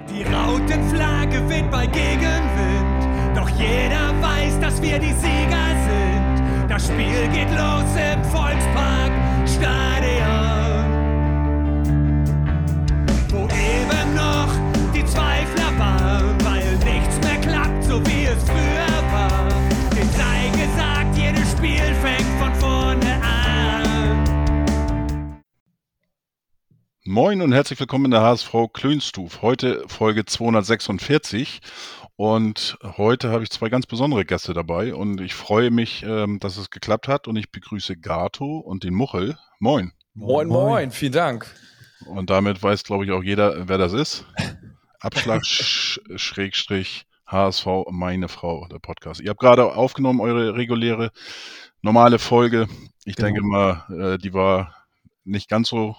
Die Rautenflagge weht bei Gegenwind, doch jeder weiß, dass wir die Sieger sind. Das Spiel geht los im Volksparkstadion, wo eben noch die Zweifler waren, weil nichts mehr klappt, so wie es früher war. Denen sei gesagt, jedes Spiel fängt von vorne an. Moin und herzlich willkommen in der HSV Klönstuf. Heute Folge 246 und heute habe ich zwei ganz besondere Gäste dabei und ich freue mich, dass es geklappt hat und ich begrüße Gato und den Muchel. Moin. Moin, moin, vielen Dank. Und damit weiß, glaube ich, auch jeder, wer das ist. Abschlag Schrägstrich HSV meine Frau, der Podcast. Ihr habt gerade aufgenommen, eure reguläre, normale Folge. Ich denke mal, die war nicht ganz so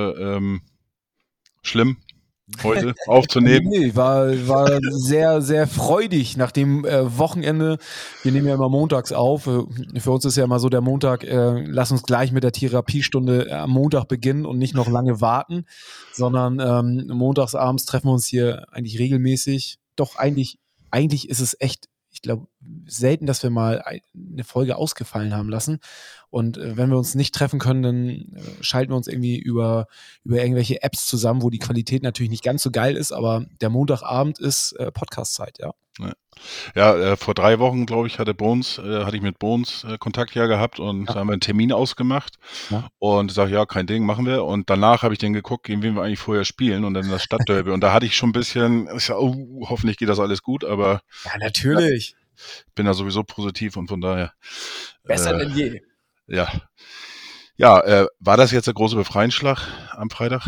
schlimm heute aufzunehmen. Nee, war sehr, sehr freudig nach dem Wochenende. Wir nehmen ja immer montags auf. Für uns ist ja immer so der Montag, lass uns gleich mit der Therapiestunde am Montag beginnen und nicht noch lange warten, sondern montagsabends treffen wir uns hier eigentlich regelmäßig. Doch eigentlich ist es echt, ich glaube, selten, dass wir mal eine Folge ausgefallen haben lassen. Und wenn wir uns nicht treffen können, dann schalten wir uns irgendwie über irgendwelche Apps zusammen, wo die Qualität natürlich nicht ganz so geil ist, aber der Montagabend ist Podcast-Zeit, ja. Ja, vor 3 Wochen, glaube ich, hatte ich mit Bones Kontakt ja gehabt und haben wir einen Termin ausgemacht und sage, ja, kein Ding, machen wir. Und danach habe ich dann geguckt, gegen wen wir eigentlich vorher spielen und dann das Stadtderby. Und da hatte ich schon ein bisschen, hoffentlich geht das alles gut, aber ja, natürlich. Bin da sowieso positiv und von daher. Besser denn je. Ja. Ja, war das jetzt der große Befreiungsschlag am Freitag?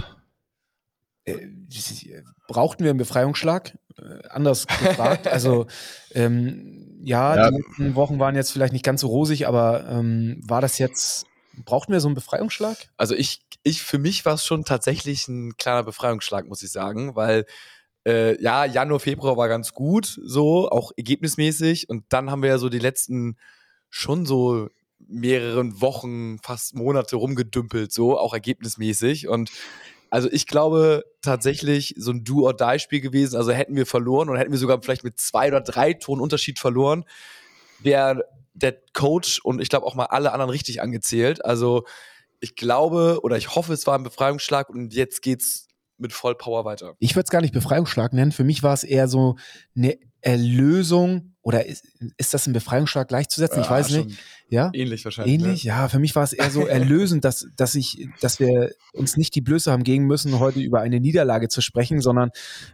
Brauchten wir einen Befreiungsschlag? Anders gefragt. Also, die letzten Wochen waren jetzt vielleicht nicht ganz so rosig, aber brauchten wir so einen Befreiungsschlag? Also für mich war es schon tatsächlich ein kleiner Befreiungsschlag, muss ich sagen, weil Januar, Februar war ganz gut, so, auch ergebnismäßig. Und dann haben wir ja so die letzten schon so mehreren Wochen, fast Monate rumgedümpelt, so, auch ergebnismäßig. Und also ich glaube tatsächlich so ein Do-or-Die-Spiel gewesen. Also hätten wir verloren oder hätten wir sogar vielleicht mit 2 oder 3 Toren Unterschied verloren, wäre der Coach und ich glaube auch mal alle anderen richtig angezählt. Also ich glaube oder ich hoffe, es war ein Befreiungsschlag und jetzt geht's mit Vollpower weiter. Ich würde es gar nicht Befreiungsschlag nennen. Für mich war es eher so eine Erlösung. Oder ist das ein Befreiungsschlag gleichzusetzen? Ich weiß nicht. Ja? Ähnlich wahrscheinlich. Ähnlich? Ne? Ja, für mich war es eher so erlösend, dass wir uns nicht die Blöße haben geben müssen, heute über eine Niederlage zu sprechen, sondern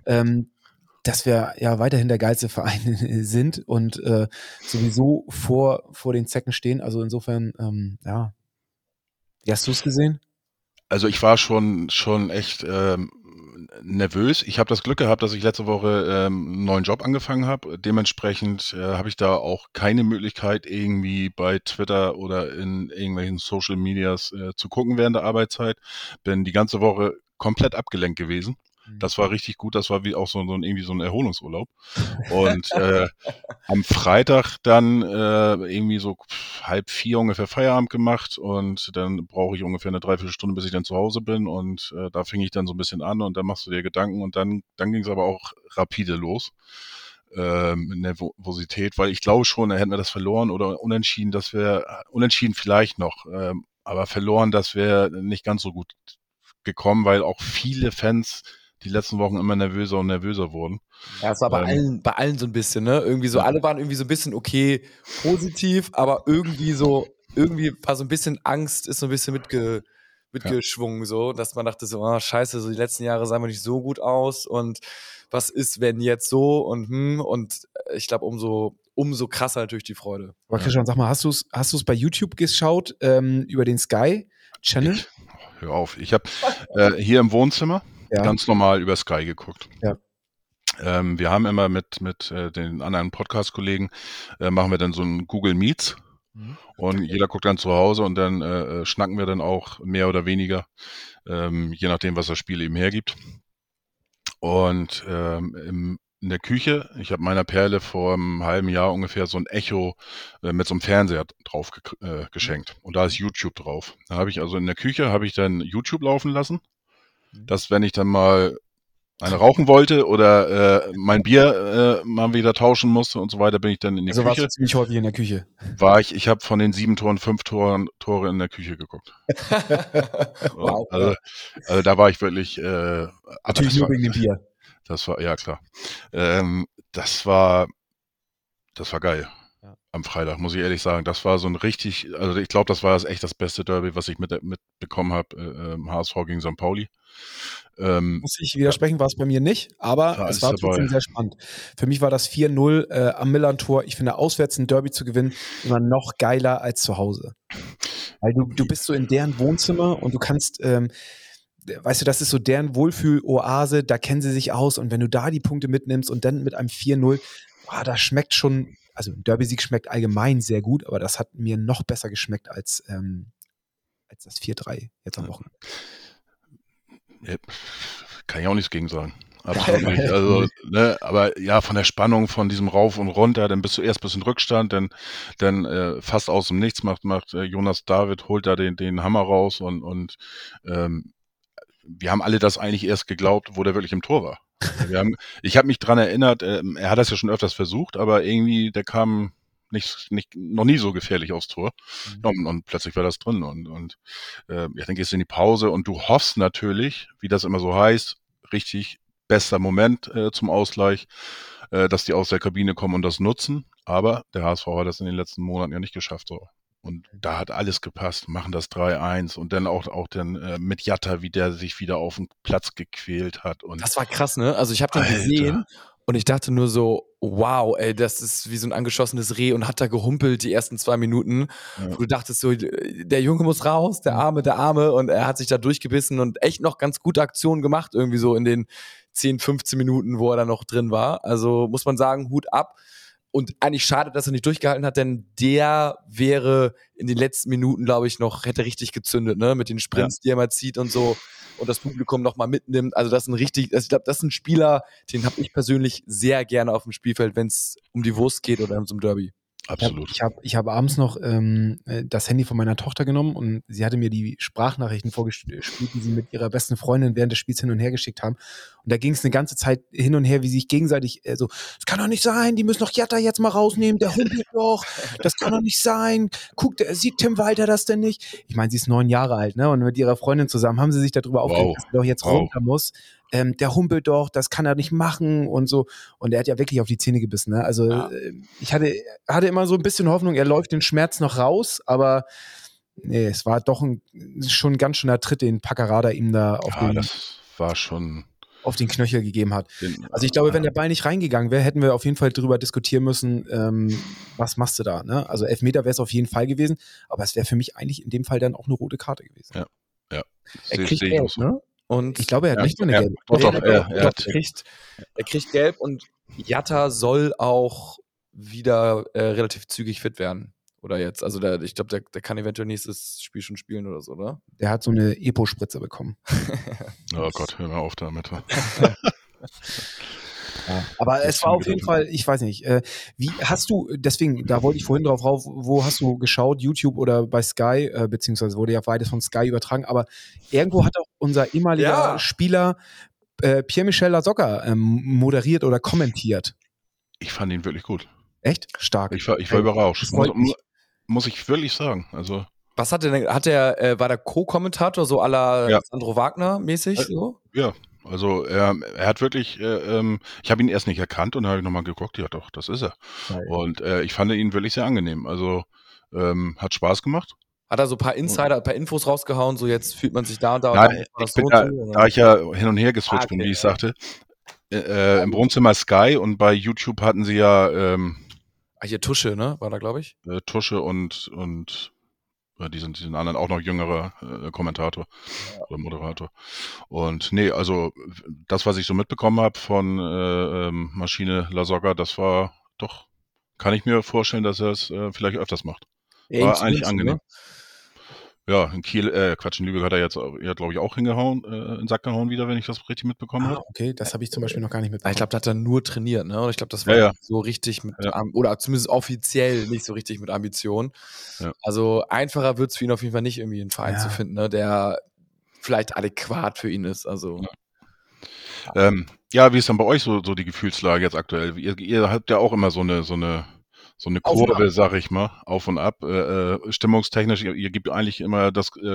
dass wir ja weiterhin der geilste Verein sind und sowieso vor den Zecken stehen. Also insofern, Wie hast du es gesehen? Also ich war schon echt nervös. Ich habe das Glück gehabt, dass ich letzte Woche einen neuen Job angefangen habe. Dementsprechend habe ich da auch keine Möglichkeit, irgendwie bei Twitter oder in irgendwelchen Social Medias zu gucken während der Arbeitszeit. Bin die ganze Woche komplett abgelenkt gewesen. Das war richtig gut. Das war wie auch irgendwie so ein Erholungsurlaub. Und am Freitag dann irgendwie so 3:30 ungefähr Feierabend gemacht und dann brauche ich ungefähr eine Dreiviertelstunde, bis ich dann zu Hause bin und da fing ich dann so ein bisschen an und dann machst du dir Gedanken und dann ging es aber auch rapide los. Nervosität, weil ich glaube schon, hätten wir das verloren oder unentschieden vielleicht noch, aber verloren, das wäre nicht ganz so gut gekommen, weil auch viele Fans die letzten Wochen immer nervöser und nervöser wurden. Ja, es war bei allen so ein bisschen, ne? Irgendwie so, alle waren irgendwie so ein bisschen okay, positiv, aber irgendwie war so ein bisschen Angst, ist so ein bisschen mitgeschwungen, so, dass man dachte so, scheiße, so die letzten Jahre sahen wir nicht so gut aus und was ist, wenn jetzt so und ich glaube, umso krasser natürlich die Freude. Aber Christian, sag mal, hast du es bei YouTube geschaut, über den Sky-Channel? Hör auf, ich habe hier im Wohnzimmer ganz normal über Sky geguckt. Ja. Wir haben immer mit den anderen Podcast-Kollegen, machen wir dann so ein Google Meets und jeder guckt dann zu Hause und dann schnacken wir dann auch mehr oder weniger, je nachdem, was das Spiel eben hergibt. Und in der Küche, ich habe meiner Perle vor einem halben Jahr ungefähr so ein Echo mit so einem Fernseher drauf geschenkt und da ist YouTube drauf. Da habe ich also in der Küche, habe ich dann YouTube laufen lassen, dass wenn ich dann mal eine rauchen wollte oder mein Bier mal wieder tauschen musste und so weiter, bin ich dann in die Also warst Küche. du ziemlich häufig in der Küche. Ich habe von den 7 Toren 5 Tore in der Küche geguckt. Wow. Also da war ich wirklich, aber Natürlich nur wegen dem Bier. das war, ja klar. Das war geil. Ja. Am Freitag, muss ich ehrlich sagen. Das war so ein richtig, also ich glaube, das war echt das beste Derby, was ich mitbekommen habe, HSV gegen St. Pauli. Muss ich widersprechen, war es bei mir nicht, aber War es alles war dabei. trotzdem sehr spannend. Für mich war das 4-0 am Millern-Tor. Ich finde, auswärts ein Derby zu gewinnen, immer noch geiler als zu Hause. Weil du bist so in deren Wohnzimmer und du kannst, weißt du, das ist so deren Wohlfühl-Oase, da kennen sie sich aus und wenn du da die Punkte mitnimmst und dann mit einem 4-0, das schmeckt schon, also ein Derby-Sieg schmeckt allgemein sehr gut, aber das hat mir noch besser geschmeckt als das 4-3 jetzt am Wochenende. Ja, kann ich auch nichts gegen sagen. Absolut nicht. Also, ne, aber ja, von der Spannung, von diesem Rauf und Runter, dann bist du erst bis in Rückstand, dann fast aus dem Nichts macht Jonas David, holt da den Hammer raus und wir haben alle das eigentlich erst geglaubt, wo der wirklich im Tor war. Ich habe mich dran erinnert, er hat das ja schon öfters versucht, aber irgendwie, der kam noch nie so gefährlich aufs Tor. Und plötzlich war das drin. Und dann gehst du in die Pause und du hoffst natürlich, wie das immer so heißt, richtig bester Moment zum Ausgleich, dass die aus der Kabine kommen und das nutzen. Aber der HSV hat das in den letzten Monaten ja nicht geschafft. So. Und da hat alles gepasst, machen das 3-1 und dann auch dann mit Jatta, wie der sich wieder auf den Platz gequält hat. Und Das war krass, ne? Also ich habe den gesehen und ich dachte nur so, wow, ey, das ist wie so ein angeschossenes Reh und hat da gehumpelt die ersten 2 Minuten. Ja. Du dachtest so, der Junge muss raus, der Arme und er hat sich da durchgebissen und echt noch ganz gute Aktionen gemacht, irgendwie so in den 10, 15 Minuten, wo er da noch drin war. Also muss man sagen, Hut ab. Und eigentlich schade, dass er nicht durchgehalten hat, denn der wäre in den letzten Minuten, glaube ich, hätte richtig gezündet, ne? Mit den Sprints, die er mal zieht und so und das Publikum nochmal mitnimmt. Also das ist ich glaube, das ist ein Spieler, den habe ich persönlich sehr gerne auf dem Spielfeld, wenn es um die Wurst geht oder um so ein Derby. Absolut. Ich hab abends noch das Handy von meiner Tochter genommen und sie hatte mir die Sprachnachrichten vorgespielt, die sie mit ihrer besten Freundin während des Spiels hin und her geschickt haben. Und da ging es eine ganze Zeit hin und her, wie sie sich gegenseitig es kann doch nicht sein, die müssen doch Jatta jetzt mal rausnehmen, der humpelt doch, das kann doch nicht sein. Guckt, sieht Tim Walter das denn nicht? Ich meine, sie ist 9 Jahre alt, ne? Und mit ihrer Freundin zusammen haben sie sich darüber aufgeregt, dass er doch jetzt runter muss. Der humpelt doch, das kann er nicht machen und so. Und er hat ja wirklich auf die Zähne gebissen. Ne? Also ich hatte immer so ein bisschen Hoffnung, er läuft den Schmerz noch raus, aber nee, es war doch schon ein ganz schöner Tritt, den Packerada ihm da auf den Knöchel gegeben hat. Also ich glaube, wenn der Ball nicht reingegangen wäre, hätten wir auf jeden Fall darüber diskutieren müssen, was machst du da? Ne? Also Elfmeter wäre es auf jeden Fall gewesen, aber es wäre für mich eigentlich in dem Fall dann auch eine rote Karte gewesen. Ja. Er kriegt Gelb, ne? Und ich glaube, er hat nicht nur eine Gelbe. Er kriegt Gelb und Jatta soll auch wieder relativ zügig fit werden. Oder jetzt. Also ich glaube, der kann eventuell nächstes Spiel schon spielen oder so, oder? Der hat so eine Epo-Spritze bekommen. Oh Gott, hör mal auf damit. Ja, aber es war auf jeden Fall, ich weiß nicht, wie hast du, deswegen, da wollte ich vorhin drauf rauf, wo hast du geschaut, YouTube oder bei Sky, beziehungsweise wurde ja beides von Sky übertragen, aber irgendwo hat auch unser ehemaliger Spieler Pierre-Michel Lasogga moderiert oder kommentiert. Ich fand ihn wirklich gut. Echt? Stark. Ich war überrascht. Muss ich wirklich sagen. Also. Was hat er denn, war der Co-Kommentator so à la Sandro Wagner mäßig? So? Ja. Also er hat wirklich, ich habe ihn erst nicht erkannt und dann habe ich nochmal geguckt, ja doch, das ist er. Geil. Und ich fand ihn wirklich sehr angenehm. Also hat Spaß gemacht. Hat er so ein paar Insider, ein paar Infos rausgehauen, so jetzt fühlt man sich da und da. Nein, da ich ja hin und her geswitcht bin, wie ich sagte, im Wohnzimmer Sky und bei YouTube hatten sie ja hier Tusche, ne? War da, glaube ich. Tusche und diesen anderen auch noch jüngerer Kommentator oder Moderator. Und nee, also das, was ich so mitbekommen habe von Maschine Lasogga, das war doch, kann ich mir vorstellen, dass er es vielleicht öfters macht. War eigentlich angenehm. Ne? Ja, in Kiel, in Lübeck hat er jetzt, glaube ich, auch hingehauen, in den Sack gehauen wieder, wenn ich das richtig mitbekommen habe. Okay, das habe ich zum Beispiel noch gar nicht mitbekommen. Ich glaube, da hat er nur trainiert, ne? Und ich glaube, das war so richtig mit, oder zumindest offiziell nicht so richtig mit Ambition. Ja. Also einfacher wird es für ihn auf jeden Fall nicht, irgendwie einen Verein zu finden, ne? Der vielleicht adäquat für ihn ist. Also. Ja, wie ist dann bei euch so die Gefühlslage jetzt aktuell? Ihr habt ja auch immer so eine Auf und ab. Kurve, sag ich mal, auf und ab. Stimmungstechnisch, ihr gebt eigentlich immer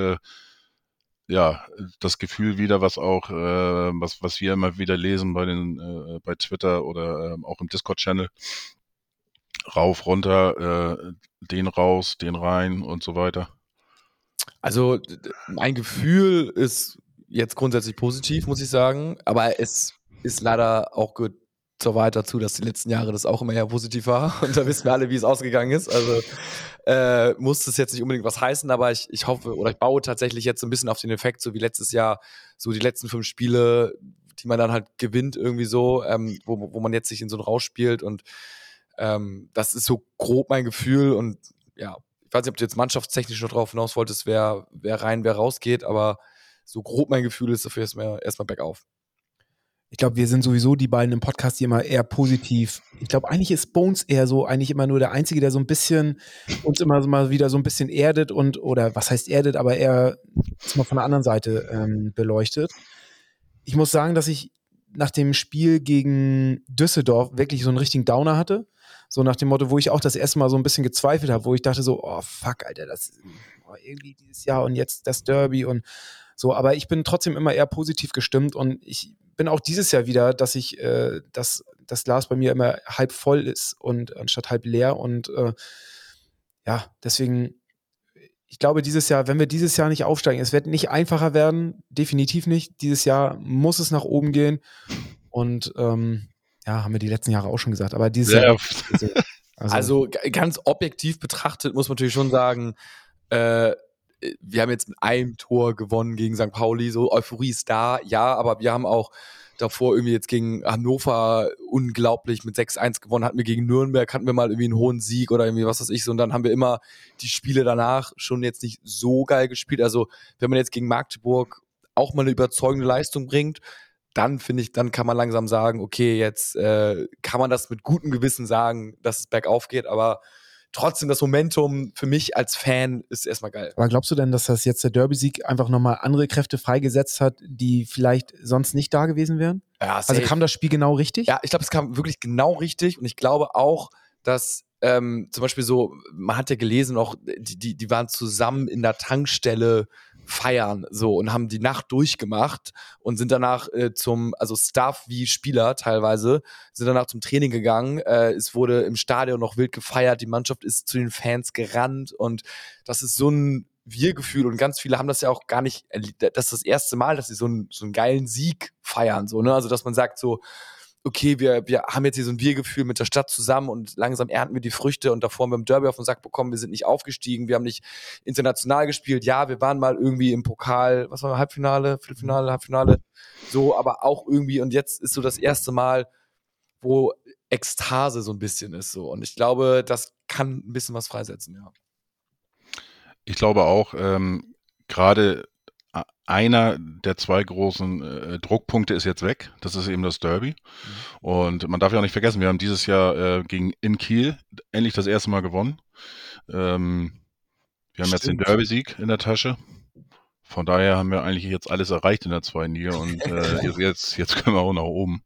das Gefühl wieder, was auch, was wir immer wieder lesen bei Twitter oder auch im Discord-Channel. Rauf, runter, den raus, den rein und so weiter. Also mein Gefühl ist jetzt grundsätzlich positiv, muss ich sagen. Aber es ist leider auch gut so weit dazu, dass die letzten Jahre das auch immer eher positiv war. Und da wissen wir alle, wie es ausgegangen ist. Also muss das jetzt nicht unbedingt was heißen, aber ich hoffe oder ich baue tatsächlich jetzt so ein bisschen auf den Effekt, so wie letztes Jahr, so die letzten 5 Spiele, die man dann halt gewinnt irgendwie so, wo man jetzt sich in so ein Rausch spielt. Und das ist so grob mein Gefühl. Und ja, ich weiß nicht, ob du jetzt mannschaftstechnisch noch drauf hinaus wolltest, wer rein, wer rausgeht, aber so grob mein Gefühl ist dafür erstmal bergauf. Ich glaube, wir sind sowieso die beiden im Podcast, die immer eher positiv. Ich glaube, eigentlich ist Bones eher so, eigentlich immer nur der Einzige, der so ein bisschen uns immer mal wieder so ein bisschen erdet oder was heißt erdet, aber er ist mal von der anderen Seite beleuchtet. Ich muss sagen, dass ich nach dem Spiel gegen Düsseldorf wirklich so einen richtigen Downer hatte. So nach dem Motto, wo ich auch das erste Mal so ein bisschen gezweifelt habe, wo ich dachte so, oh fuck, Alter, irgendwie dieses Jahr und jetzt das Derby und so. Aber ich bin trotzdem immer eher positiv gestimmt und ich bin auch dieses Jahr wieder, dass ich das Glas bei mir immer halb voll ist und anstatt halb leer und deswegen ich glaube, dieses Jahr, wenn wir dieses Jahr nicht aufsteigen, es wird nicht einfacher werden, definitiv nicht. Dieses Jahr muss es nach oben gehen. Und haben wir die letzten Jahre auch schon gesagt. Aber dieses Jahr. Also ganz objektiv betrachtet muss man natürlich schon sagen, wir haben jetzt mit einem Tor gewonnen gegen St. Pauli, so Euphorie ist da, ja, aber wir haben auch davor irgendwie jetzt gegen Hannover unglaublich mit 6-1 gewonnen, hatten wir gegen Nürnberg, hatten wir mal irgendwie einen hohen Sieg oder irgendwie was weiß ich so und dann haben wir immer die Spiele danach schon jetzt nicht so geil gespielt, also wenn man jetzt gegen Magdeburg auch mal eine überzeugende Leistung bringt, dann finde ich, dann kann man langsam sagen, okay, jetzt kann man das mit gutem Gewissen sagen, dass es bergauf geht, aber trotzdem das Momentum für mich als Fan ist erstmal geil. Aber glaubst du denn, dass das jetzt der Derby-Sieg einfach nochmal andere Kräfte freigesetzt hat, die vielleicht sonst nicht da gewesen wären? Ja, also kam das Spiel genau richtig? Ja, ich glaube, es kam wirklich genau richtig und ich glaube auch, dass zum Beispiel so, man hat ja gelesen, auch die waren zusammen in der Tankstelle feiern so und haben die Nacht durchgemacht und sind danach also Staff wie Spieler teilweise, sind danach zum Training gegangen. Es wurde im Stadion noch wild gefeiert, die Mannschaft ist zu den Fans gerannt und das ist so ein Wir-Gefühl und ganz viele haben das ja auch gar nicht, das ist das erste Mal, dass sie so einen geilen Sieg feiern, so, ne? Also, dass man sagt so, okay, wir haben jetzt hier so ein Wir-Gefühl mit der Stadt zusammen und langsam ernten wir die Früchte und davor haben wir im Derby auf den Sack bekommen, wir sind nicht aufgestiegen, wir haben nicht international gespielt, ja, wir waren mal irgendwie im Pokal, was war Halbfinale, Viertelfinale, Halbfinale, so, aber auch irgendwie und jetzt ist so das erste Mal, wo Ekstase so ein bisschen ist so und ich glaube, das kann ein bisschen was freisetzen, ja. Ich glaube auch, gerade einer der 2 großen Druckpunkte ist jetzt weg. Das ist eben das Derby. Und man darf ja auch nicht vergessen, wir haben dieses Jahr in Kiel endlich das erste Mal gewonnen. Wir haben jetzt den Derby-Sieg in der Tasche. Von daher haben wir eigentlich jetzt alles erreicht in der 2. Liga und jetzt können wir auch nach oben.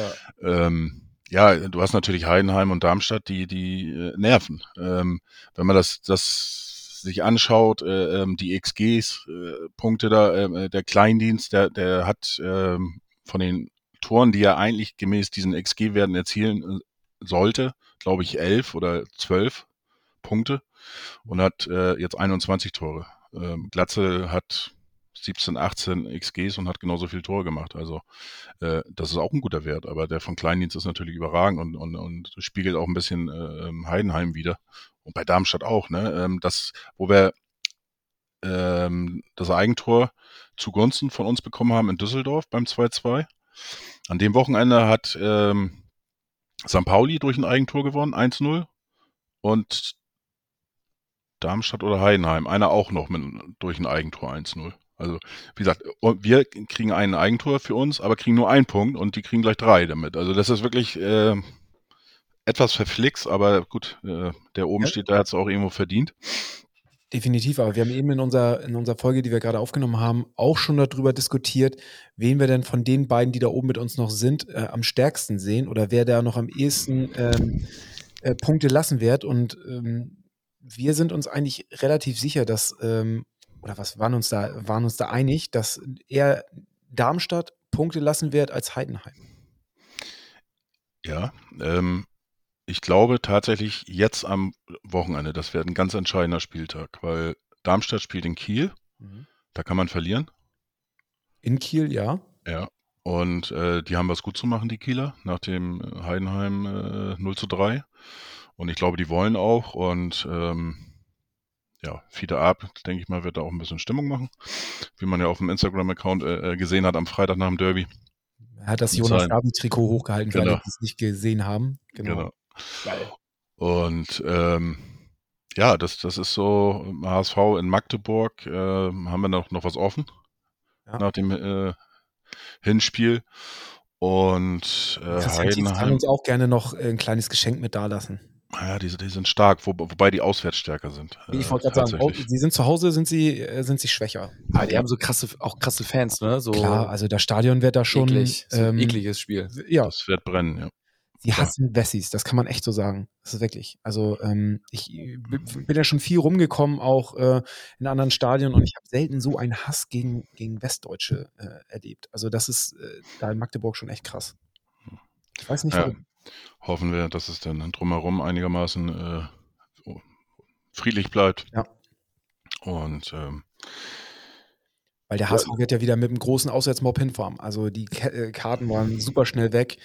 Ja. Du hast natürlich Heidenheim und Darmstadt, die nerven. Wenn man das sich anschaut, die XGs, Punkte da, der Kleindienst, der hat von den Toren, die er eigentlich gemäß diesen XG-Werten erzielen sollte, glaube ich 11 oder 12 Punkte und hat jetzt 21 Tore. Glatze hat 17, 18 XGs und hat genauso viel Tore gemacht. Also das ist auch ein guter Wert, aber der von Kleindienst ist natürlich überragend und spiegelt auch ein bisschen Heidenheim wieder. Und bei Darmstadt auch, ne? Wo wir das Eigentor zugunsten von uns bekommen haben in Düsseldorf beim 2-2. An dem Wochenende hat St. Pauli durch ein Eigentor gewonnen, 1-0. Und Darmstadt oder Heidenheim, einer auch noch durch ein Eigentor 1-0. Also, wie gesagt, wir kriegen ein Eigentor für uns, aber kriegen nur 1 Punkt und die kriegen gleich 3 damit. Also das ist wirklich etwas verflixt, aber gut, der oben steht, der hat es auch irgendwo verdient. Definitiv, aber wir haben eben in unserer Folge, die wir gerade aufgenommen haben, auch schon darüber diskutiert, wen wir denn von den beiden, die da oben mit uns noch sind, am stärksten sehen oder wer da noch am ehesten Punkte lassen wird. Und wir sind uns eigentlich relativ sicher, dass, oder was waren uns da einig, dass eher Darmstadt Punkte lassen wird als Heidenheim. Ja, ich glaube tatsächlich jetzt am Wochenende, das wird ein ganz entscheidender Spieltag, weil Darmstadt spielt in Kiel, da kann man verlieren. In Kiel, ja. Ja, und die haben was gut zu machen, die Kieler, nach dem Heidenheim 0:3. Und ich glaube, die wollen auch. Und ja, Fiete Ab, denke ich mal, wird da auch ein bisschen Stimmung machen, wie man ja auf dem Instagram-Account gesehen hat am Freitag nach dem Derby. Er hat das Mit Jonas sein- David-Trikot hochgehalten, für Genau. alle, die es nicht gesehen haben. Genau. Geil. Und ja, das ist so, HSV in Magdeburg, haben wir noch was offen Ja. nach dem Hinspiel. Und Christian Tietz kann Heidenheim, uns auch gerne noch ein kleines Geschenk mit dalassen. ja, die sind stark, wobei die auswärts stärker sind. Ich wollte gerade sagen, tatsächlich. sie sind zu Hause, sind sie schwächer. Aber die haben so krasse Fans, ne? So Klar, also das Stadion wird da schon eklig, so ein ekliges Spiel. Ja, Das wird brennen, ja. sie hassen Wessis, das kann man echt so sagen. Das ist wirklich. Also ich bin ja schon viel rumgekommen, auch in anderen Stadien, und ich habe selten so einen Hass gegen Westdeutsche erlebt. Also das ist da in Magdeburg schon echt krass. Ich weiß nicht, Ja. warum. Hoffen wir, dass es dann drumherum einigermaßen friedlich bleibt. Ja. Und Weil der HSV wird ja wieder mit einem großen Auswärtsmob hinfahren. Also die Karten waren super schnell weg.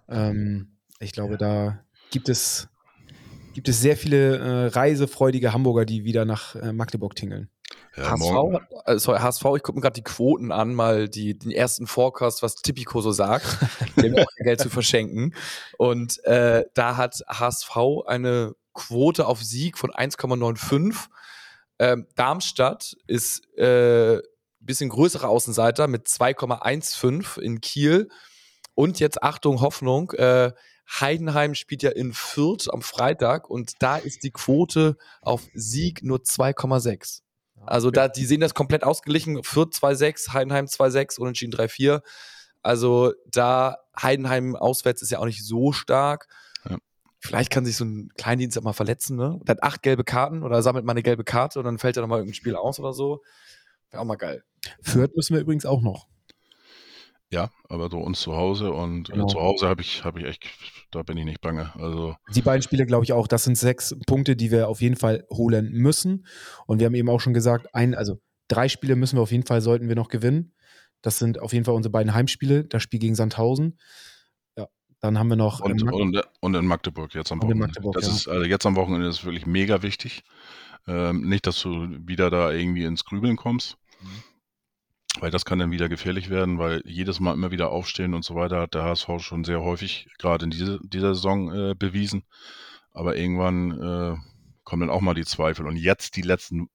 Ich glaube, da gibt es sehr viele reisefreudige Hamburger, die wieder nach Magdeburg tingeln. ja, morgen, HSV, ich gucke mir gerade die Quoten an, mal den ersten Forecast, was Tipico so sagt. Die haben ja auch kein Geld zu verschenken. Und da hat HSV eine Quote auf Sieg von 1,95. Darmstadt ist ein bisschen größerer Außenseiter mit 2,15 in Kiel. Und jetzt Achtung, Hoffnung, Heidenheim spielt ja in Fürth am Freitag und da ist die Quote auf Sieg nur 2,6. Also die sehen das komplett ausgeglichen. Fürth 2,6, Heidenheim 2,6, Unentschieden 3,4. Also da Heidenheim auswärts ist ja auch nicht so stark. Ja. Vielleicht kann sich so ein Kleindienst auch mal verletzen, ne? Und hat 8 gelbe Karten oder sammelt mal eine gelbe Karte und dann fällt er nochmal irgendein Spiel aus oder so. Wäre auch mal geil. Fürth müssen wir übrigens auch noch. ja, aber so uns zu Hause und Genau. zu Hause habe ich echt, da bin ich nicht bange. Also Die beiden Spiele, glaube ich, auch, das sind 6 Punkte, die wir auf jeden Fall holen müssen. Und wir haben eben auch schon gesagt, 3 Spiele müssen wir auf jeden Fall, sollten wir noch gewinnen. Das sind auf jeden Fall unsere beiden Heimspiele, das Spiel gegen Sandhausen. Ja, dann haben wir noch und in Magdeburg jetzt am Und in Wochenende. Magdeburg, Das ja. ist also jetzt am Wochenende ist wirklich mega wichtig. Nicht, dass du wieder da irgendwie ins Grübeln kommst. Weil das kann dann wieder gefährlich werden, weil jedes Mal immer wieder aufstehen und so weiter hat der HSV schon sehr häufig, gerade in dieser Saison, bewiesen. Aber irgendwann kommen dann auch mal die Zweifel. Und jetzt die letzten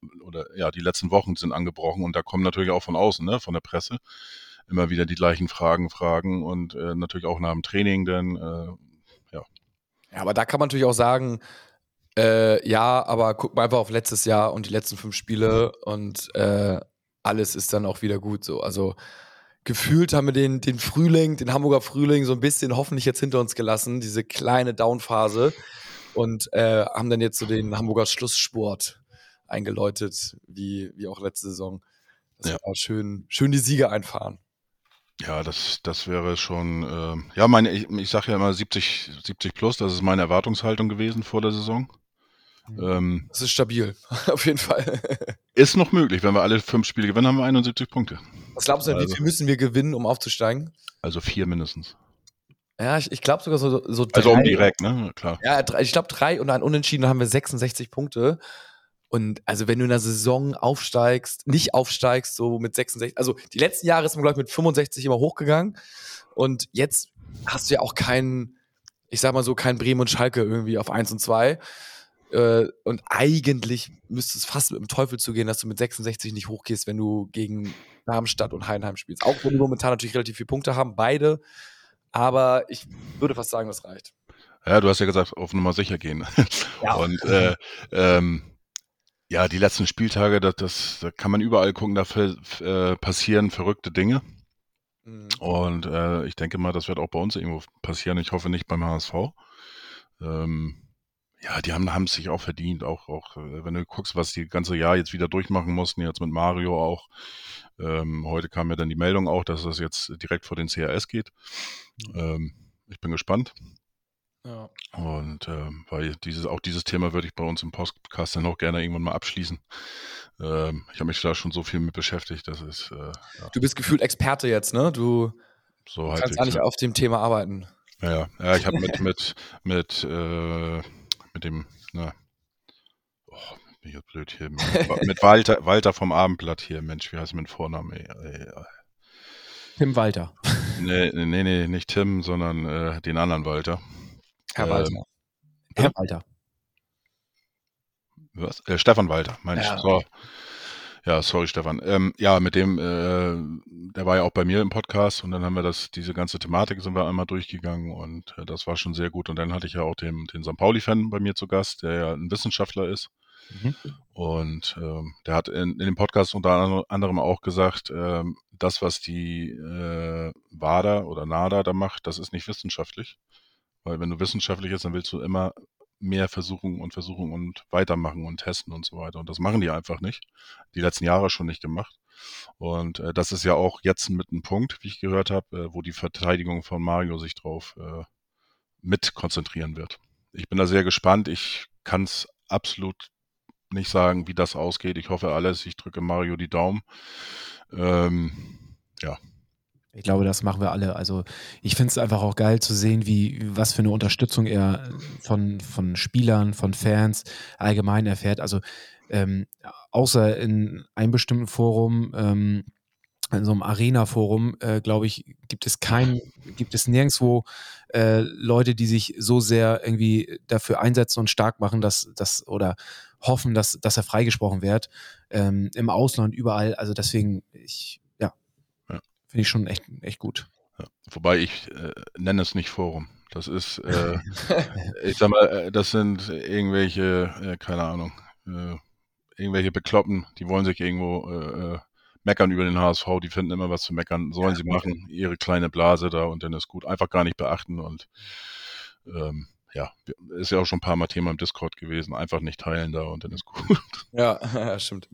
Wochen sind angebrochen und da kommen natürlich auch von außen, ne, von der Presse, immer wieder die gleichen Fragen und natürlich auch nach dem Training dann, Ja, aber da kann man natürlich auch sagen, ja, aber guck mal einfach auf letztes Jahr und die letzten 5 Spiele und alles ist dann auch wieder gut so. Also gefühlt haben wir den Frühling, den Hamburger Frühling so ein bisschen hoffentlich jetzt hinter uns gelassen, diese kleine Downphase und haben dann jetzt so den Hamburger Schlusssport eingeläutet, wie auch letzte Saison. Das Ja. war schön die Siege einfahren. ja, das wäre schon, ich sage ja immer 70 plus, das ist meine Erwartungshaltung gewesen vor der Saison. Das ist stabil, auf jeden Fall. Ist noch möglich, wenn wir alle 5 Spiele gewinnen, haben wir 71 Punkte. Was glaubst du denn, wie viel müssen wir gewinnen, um aufzusteigen? Also 4 mindestens. Ja, ich glaube sogar so 3. Also direkt, ne? Klar. Ja, ich glaube 3 und ein Unentschieden haben wir 66 Punkte. Und also wenn du in der Saison nicht aufsteigst, so mit 66, also die letzten Jahre ist man, glaube ich, mit 65 immer hochgegangen. Und jetzt hast du ja auch keinen Bremen und Schalke irgendwie auf 1 und 2. Und eigentlich müsste es fast mit dem Teufel zugehen, dass du mit 66 nicht hochgehst, wenn du gegen Darmstadt und Heidenheim spielst. Auch wenn die momentan natürlich relativ viele Punkte haben, beide. Aber ich würde fast sagen, das reicht. Ja, du hast ja gesagt, auf Nummer sicher gehen. Ja. Und Ja, die letzten Spieltage, da kann man überall gucken, da passieren verrückte Dinge. Und ich denke mal, das wird auch bei uns irgendwo passieren. Ich hoffe nicht beim HSV. Ja, die haben es sich auch verdient. Auch wenn du guckst, was die ganze Jahr jetzt wieder durchmachen mussten, jetzt mit Mario auch. Heute kam ja dann die Meldung auch, dass das jetzt direkt vor den CAS geht. Ich bin gespannt. Ja. Und weil dieses Thema würde ich bei uns im Podcast dann auch gerne irgendwann mal abschließen. Ich habe mich da schon so viel mit beschäftigt, das ist ja, Du bist gefühlt Experte jetzt, ne? Du so kannst halbwegs. gar nicht auf dem Thema arbeiten. Ja, ich habe mit dem, bin ich jetzt blöd hier, mit Walter vom Abendblatt hier, Mensch, wie heißt mein Vorname? Ey. Tim Walter. Nee, nicht Tim, sondern den anderen Walter. Herr Walter. Herr Walter. Was? Stefan Walter, Mensch. Ja. So. Ja, sorry, Stefan. Ja, mit dem, der war ja auch bei mir im Podcast und dann haben wir diese ganze Thematik sind wir einmal durchgegangen und das war schon sehr gut. Und dann hatte ich ja auch den St. Pauli-Fan bei mir zu Gast, der ja ein Wissenschaftler ist. Und der hat in dem Podcast unter anderem auch gesagt, das, was die WADA oder NADA da macht, das ist nicht wissenschaftlich. Weil wenn du wissenschaftlich bist, dann willst du immer mehr versuchen und weitermachen und testen und so weiter. Und das machen die einfach nicht. Die letzten Jahre schon nicht gemacht. Und das ist ja auch jetzt mit einem Punkt, wie ich gehört habe, wo die Verteidigung von Mario sich drauf mit konzentrieren wird. Ich bin da sehr gespannt. Ich kann es absolut nicht sagen, wie das ausgeht. Ich hoffe alles. Ich drücke Mario die Daumen. Ja. Ich glaube, das machen wir alle. Also ich finde es einfach auch geil zu sehen, was für eine Unterstützung er von Spielern, von Fans allgemein erfährt. Also außer in einem bestimmten Forum, in so einem Arena-Forum, glaube ich, gibt es nirgendwo Leute, die sich so sehr irgendwie dafür einsetzen und stark machen, dass oder hoffen, dass er freigesprochen wird. Im Ausland, überall. Also deswegen, finde ich schon echt gut. Ja. Wobei ich nenne es nicht Forum. Das ist, ich sag mal, das sind irgendwelche, keine Ahnung, irgendwelche Bekloppen, die wollen sich irgendwo meckern über den HSV, die finden immer was zu meckern, sollen sie machen, ihre kleine Blase da und dann ist gut. Einfach gar nicht beachten und ist ja auch schon ein paar Mal Thema im Discord gewesen, einfach nicht teilen da und dann ist gut. Ja, stimmt.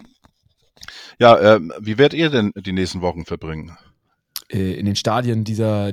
Ja, wie werdet ihr denn die nächsten Wochen verbringen? In den Stadien dieser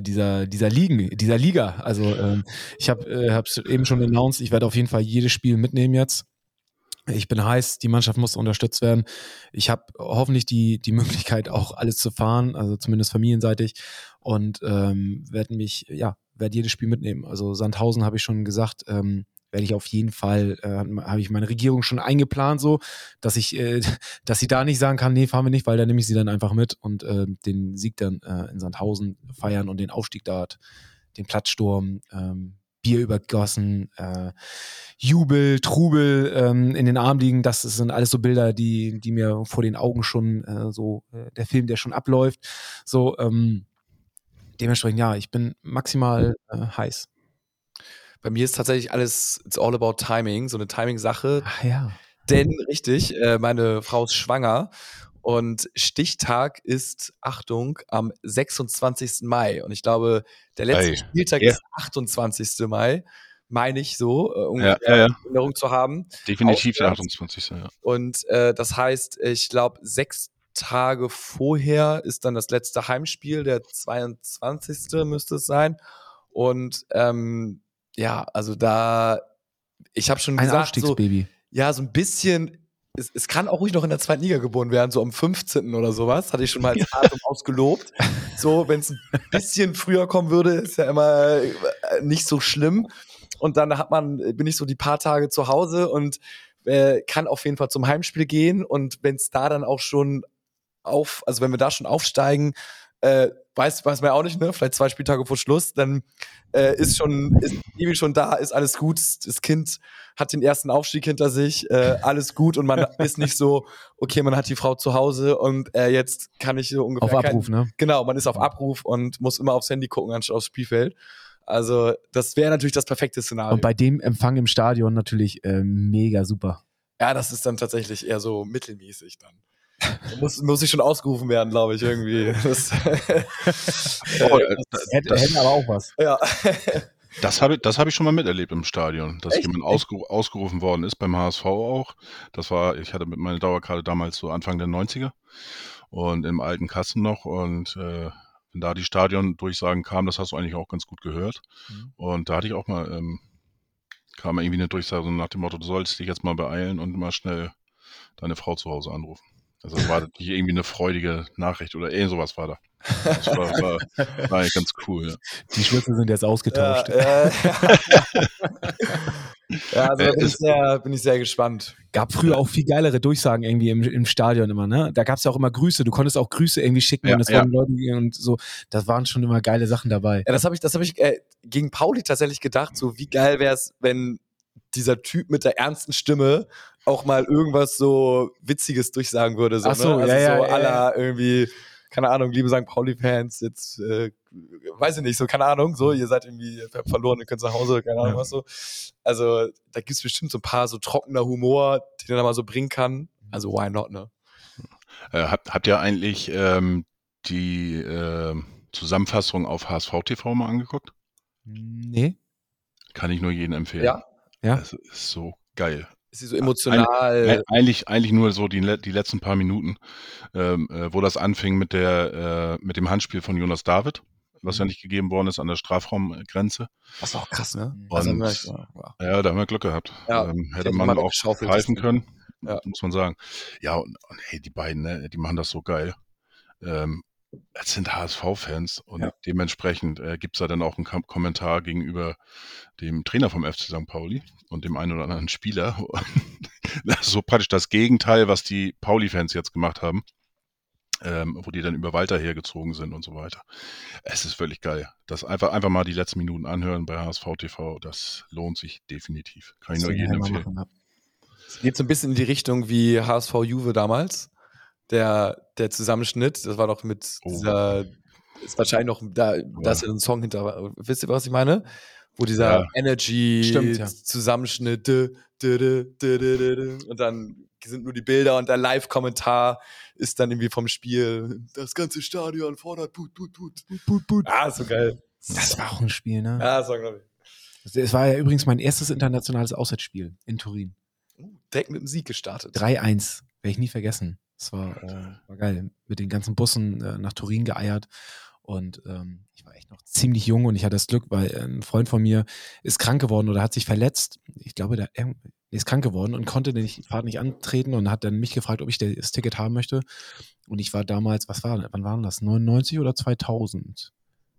Liga. Also ich habe es eben schon announced, ich werde auf jeden Fall jedes Spiel mitnehmen jetzt. Ich bin heiß, die Mannschaft muss unterstützt werden. Ich habe hoffentlich die Möglichkeit, auch alles zu fahren, also zumindest familienseitig und werde jedes Spiel mitnehmen. Also Sandhausen habe ich schon gesagt, werde ich auf jeden Fall, habe ich meine Regierung schon eingeplant so, dass sie da nicht sagen kann, nee, fahren wir nicht, weil da nehme ich sie dann einfach mit und den Sieg dann in Sandhausen feiern und den Aufstieg dort, den Platzsturm, Bier übergossen, Jubel, Trubel, in den Armen liegen, das sind alles so Bilder, die mir vor den Augen schon der Film, der schon abläuft, so dementsprechend, ja, ich bin maximal heiß. Bei mir ist tatsächlich alles, it's all about Timing, so eine Timing-Sache. Ach ja. Denn, richtig, meine Frau ist schwanger und Stichtag ist, Achtung, am 26. Mai. Und ich glaube, der letzte Spieltag ist 28. Mai, meine ich so, ungefähr Erinnerung zu haben. Definitiv der 28. Ja. Und das heißt, ich glaube, 6 Tage vorher ist dann das letzte Heimspiel, der 22. müsste es sein. Und also ich habe schon gesagt, Aufstiegsbaby. So ein bisschen, es kann auch ruhig noch in der zweiten Liga geboren werden, so am 15. oder sowas, hatte ich schon mal als Datum ausgelobt. So, wenn es ein bisschen früher kommen würde, ist ja immer nicht so schlimm. Und dann bin ich so die paar Tage zu Hause und kann auf jeden Fall zum Heimspiel gehen. Und wenn es da dann auch schon wenn wir da schon aufsteigen, weiß man ja auch nicht, ne? Vielleicht 2 Spieltage vor Schluss, dann ist Baby schon da, ist alles gut. Das Kind hat den ersten Aufstieg hinter sich, alles gut und man ist nicht so, okay, man hat die Frau zu Hause und jetzt kann ich so ungefähr auf Abruf, ne? Genau, man ist auf Abruf und muss immer aufs Handy gucken, anstatt aufs Spielfeld. Also das wäre natürlich das perfekte Szenario. Und bei dem Empfang im Stadion natürlich mega super. Ja, das ist dann tatsächlich eher so mittelmäßig dann. Muss ich schon ausgerufen werden, glaube ich, irgendwie. Hätte aber auch was. Ja. Das hab ich schon mal miterlebt im Stadion, dass Echt? jemand ausgerufen worden ist, beim HSV auch. Ich hatte mit meiner Dauerkarte damals so Anfang der 90er und im alten Kasten noch und wenn da die Stadiondurchsagen kamen, das hast du eigentlich auch ganz gut gehört. Und da hatte ich auch mal, kam irgendwie eine Durchsage so nach dem Motto, du solltest dich jetzt mal beeilen und mal schnell deine Frau zu Hause anrufen. Also das war nicht irgendwie eine freudige Nachricht oder sowas war da. Das war eigentlich ganz cool. Ja. Die Schlüssel sind jetzt ausgetauscht. Ja, also da bin ich sehr gespannt. Gab früher auch viel geilere Durchsagen irgendwie im Stadion immer, ne? Da gab es ja auch immer Grüße. Du konntest auch Grüße irgendwie schicken und es wurden Leute und so. Das waren schon immer geile Sachen dabei. Ja, das hab ich gegen Pauli tatsächlich gedacht. So, wie geil wäre es, wenn dieser Typ mit der ernsten Stimme auch mal irgendwas so Witziges durchsagen würde. So, ach so, ne? Also ja, so ja, à la irgendwie, keine Ahnung, liebe St. Pauli-Fans, jetzt, weiß ich nicht, so, keine Ahnung, so, ihr seid irgendwie verloren, ihr könnt nach Hause, keine Ahnung, was so. Also, da gibt's bestimmt so ein paar so trockener Humor, den er da mal so bringen kann. Also, why not, ne? Habt ihr eigentlich die Zusammenfassung auf HSV TV mal angeguckt? Nee. Kann ich nur jedem empfehlen. Ja. Das ist so geil. Ist sie so emotional? Eigentlich nur so die letzten paar Minuten, wo das anfing mit dem Handspiel von Jonas David, was ja nicht gegeben worden ist an der Strafraumgrenze. Das ist auch krass, ne? Und, ja, da haben wir Glück gehabt. Ja, hätte man auch pfeifen können, ja. muss man sagen. Ja, und hey, die beiden, ne, die machen das so geil. Es sind HSV-Fans und dementsprechend gibt es da dann auch einen Kommentar gegenüber dem Trainer vom FC St. Pauli und dem einen oder anderen Spieler. Das ist so praktisch das Gegenteil, was die Pauli-Fans jetzt gemacht haben, wo die dann über Walter hergezogen sind und so weiter. Es ist völlig geil. Das einfach mal die letzten Minuten anhören bei HSV TV, das lohnt sich definitiv. Kann ich nur jedem empfehlen. Es geht so ein bisschen in die Richtung wie HSV Juve damals. Der Zusammenschnitt, das war doch mit dieser, ist wahrscheinlich noch, da ist ja ein Song hinter, wisst ihr, was ich meine? Wo dieser Energy-Zusammenschnitt und dann sind nur die Bilder und der Live-Kommentar ist dann irgendwie vom Spiel, das ganze Stadion fordert Put. Ah, so geil. Das war auch ein Spiel, ne? Ja, das war, glaube ich. Es war ja übrigens mein erstes internationales Auswärtsspiel in Turin. Direkt mit dem Sieg gestartet. 3-1, werde ich nie vergessen. Das war geil. Mit den ganzen Bussen nach Turin geeiert. Und ich war echt noch ziemlich jung und ich hatte das Glück, weil ein Freund von mir ist krank geworden oder hat sich verletzt. Ich glaube, der ist krank geworden und konnte die Fahrt nicht antreten und hat dann mich gefragt, ob ich das Ticket haben möchte. Und ich war damals, wann waren das? 99 oder 2000?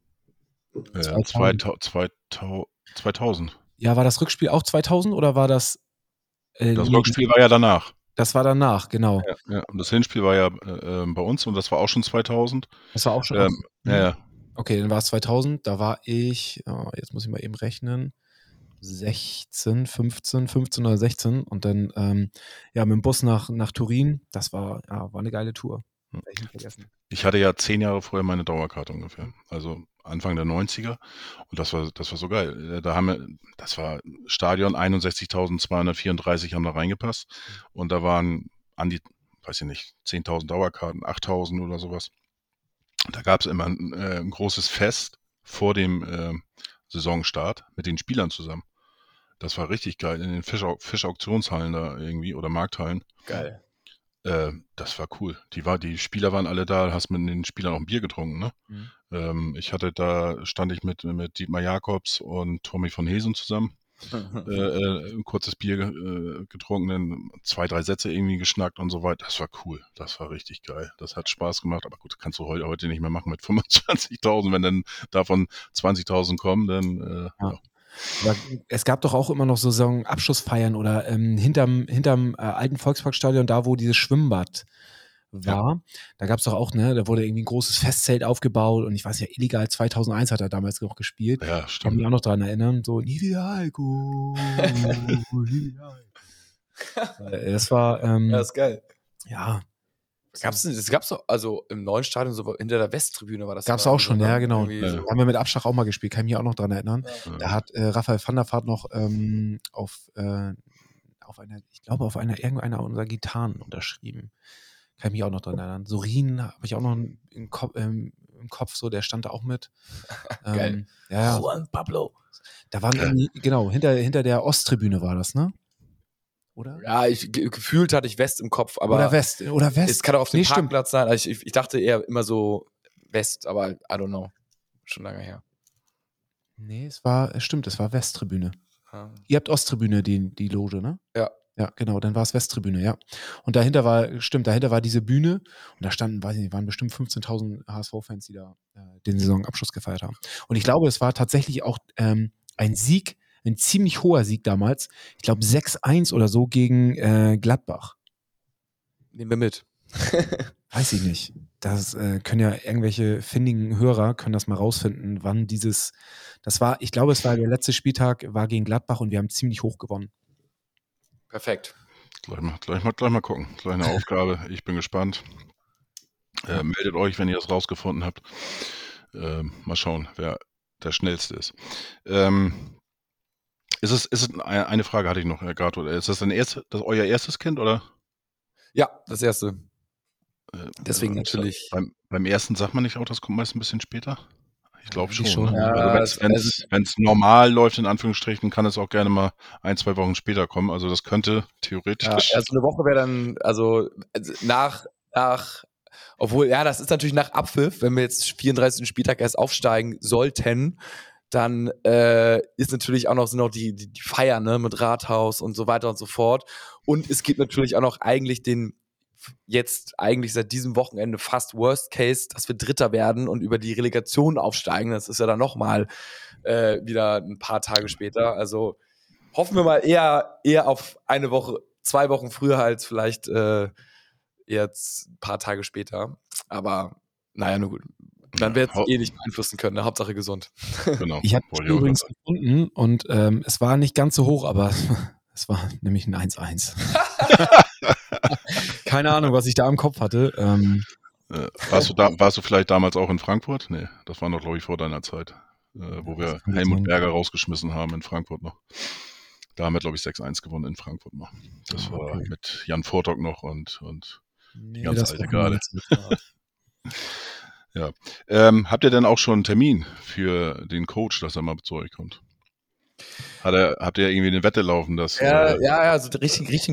2000. Ja, war das Rückspiel auch 2000 oder war das? Das Rückspiel war ja danach. Das war danach, genau. Ja, und das Hinspiel war ja bei uns und das war auch schon 2000. Das war auch schon. Ja. Okay, dann war es 2000. Da war ich, jetzt muss ich mal eben rechnen, 15 oder 16. Und dann mit dem Bus nach Turin. Das war eine geile Tour. Werde ich nicht vergessen. Ich hatte ja 10 Jahre vorher meine Dauerkarte ungefähr. Also Anfang der 90er. Und das war so geil. Das war Stadion, 61.234 haben da reingepasst. Und da waren an die, weiß ich nicht, 10.000 Dauerkarten, 8.000 oder sowas. Da gab es immer ein großes Fest vor dem Saisonstart mit den Spielern zusammen. Das war richtig geil. In den Fischauktionshallen da irgendwie oder Markthallen. Geil. Das war cool. Die Spieler waren alle da, hast mit den Spielern auch ein Bier getrunken, ne? Stand ich mit Dietmar Jakobs und Tommy von Hesen zusammen. Ein kurzes Bier getrunken, dann 2, 3 Sätze irgendwie geschnackt und so weiter. Das war cool. Das war richtig geil. Das hat Spaß gemacht. Aber gut, kannst du heute nicht mehr machen mit 25.000. Wenn dann davon 20.000 kommen, dann Aber es gab doch auch immer noch so Saisonabschlussfeiern oder hinterm alten Volksparkstadion, da wo dieses Schwimmbad war. Ja. Da gab es doch auch, ne, da wurde irgendwie ein großes Festzelt aufgebaut und ich weiß ja, illegal 2001 hat er damals noch gespielt. Ja, stimmt. Kann mich auch noch daran erinnern, so, nie wieder Alkohol, nie wieder Alkohol. Das war, das ist geil. Ja. Das gab's doch, also im neuen Stadion, so hinter der Westtribüne war das. Gab's auch schon, ja, genau. Ja. Haben wir mit Abschlag auch mal gespielt, kann ich mich auch noch dran erinnern. Ja. Da hat Raphael van der Vaart noch auf auf irgendeiner unserer Gitarren unterschrieben. Kann ich mich auch noch dran erinnern. Sorin habe ich auch noch im Kopf, so, der stand da auch mit. Geil. Ja. Juan Pablo. Da waren irgendwie, genau, hinter der Osttribüne war das, ne? Oder? Ja, gefühlt hatte ich West im Kopf, aber Oder West. es kann auch auf dem Nee, stimmt. Parkplatz sein. Also ich dachte eher immer so West, aber I don't know. Schon lange her. Nee, es war Westtribüne. Ja. Ihr habt Osttribüne, die Loge, ne? Ja. Ja, genau, dann war es Westtribüne, ja. Und dahinter war diese Bühne und da standen, weiß ich nicht, waren bestimmt 15.000 HSV-Fans, die da den Saisonabschluss gefeiert haben. Und ich glaube, es war tatsächlich auch ein Sieg, ein ziemlich hoher Sieg damals. Ich glaube 6-1 oder so gegen Gladbach. Nehmen wir mit. Weiß ich nicht. Das können ja irgendwelche findigen Hörer können das mal rausfinden, wann ich glaube, es war der letzte Spieltag, war gegen Gladbach und wir haben ziemlich hoch gewonnen. Perfekt. Gleich mal gucken. Gleich eine Aufgabe. Ich bin gespannt. Meldet euch, wenn ihr das rausgefunden habt. Mal schauen, wer der Schnellste ist. Ist es eine Frage hatte ich noch, Herr Gato. Ist das euer erstes Kind, oder? Ja, das erste. Deswegen natürlich. Beim ersten sagt man nicht auch, das kommt meist ein bisschen später? Ich glaube schon. Ne? Ja, also wenn es normal läuft, in Anführungsstrichen, kann es auch gerne mal 1-2 Wochen später kommen. Also das könnte theoretisch. Ja, also eine Woche wäre dann, also nach, obwohl, ja, das ist natürlich nach Abpfiff, wenn wir jetzt 34. Spieltag erst aufsteigen sollten, dann ist natürlich auch noch, sind noch die Feiern, ne, mit Rathaus und so weiter und so fort. Und es gibt natürlich auch noch eigentlich seit diesem Wochenende fast Worst Case, dass wir Dritter werden und über die Relegation aufsteigen. Das ist ja dann nochmal wieder ein paar Tage später. Also hoffen wir mal eher auf eine Woche, 2 Wochen früher als vielleicht jetzt ein paar Tage später. Aber naja, nur gut. Dann wird es nicht beeinflussen können. Ne? Hauptsache gesund. Genau. Ich habe es übrigens gefunden und es war nicht ganz so hoch, aber es war nämlich ein 1-1. Keine Ahnung, was ich da im Kopf hatte. Warst du vielleicht damals auch in Frankfurt? Nee, das war noch, glaube ich, vor deiner Zeit, wo wir Helmut Berger rausgeschmissen haben in Frankfurt noch. Da haben wir, glaube ich, 6-1 gewonnen in Frankfurt noch. Das war mit Jan Vortok noch und die ganz alte Garde. Ja. Habt ihr denn auch schon einen Termin für den Coach, dass er mal zu euch kommt? Habt ihr irgendwie eine Wette laufen, dass ja, so richtig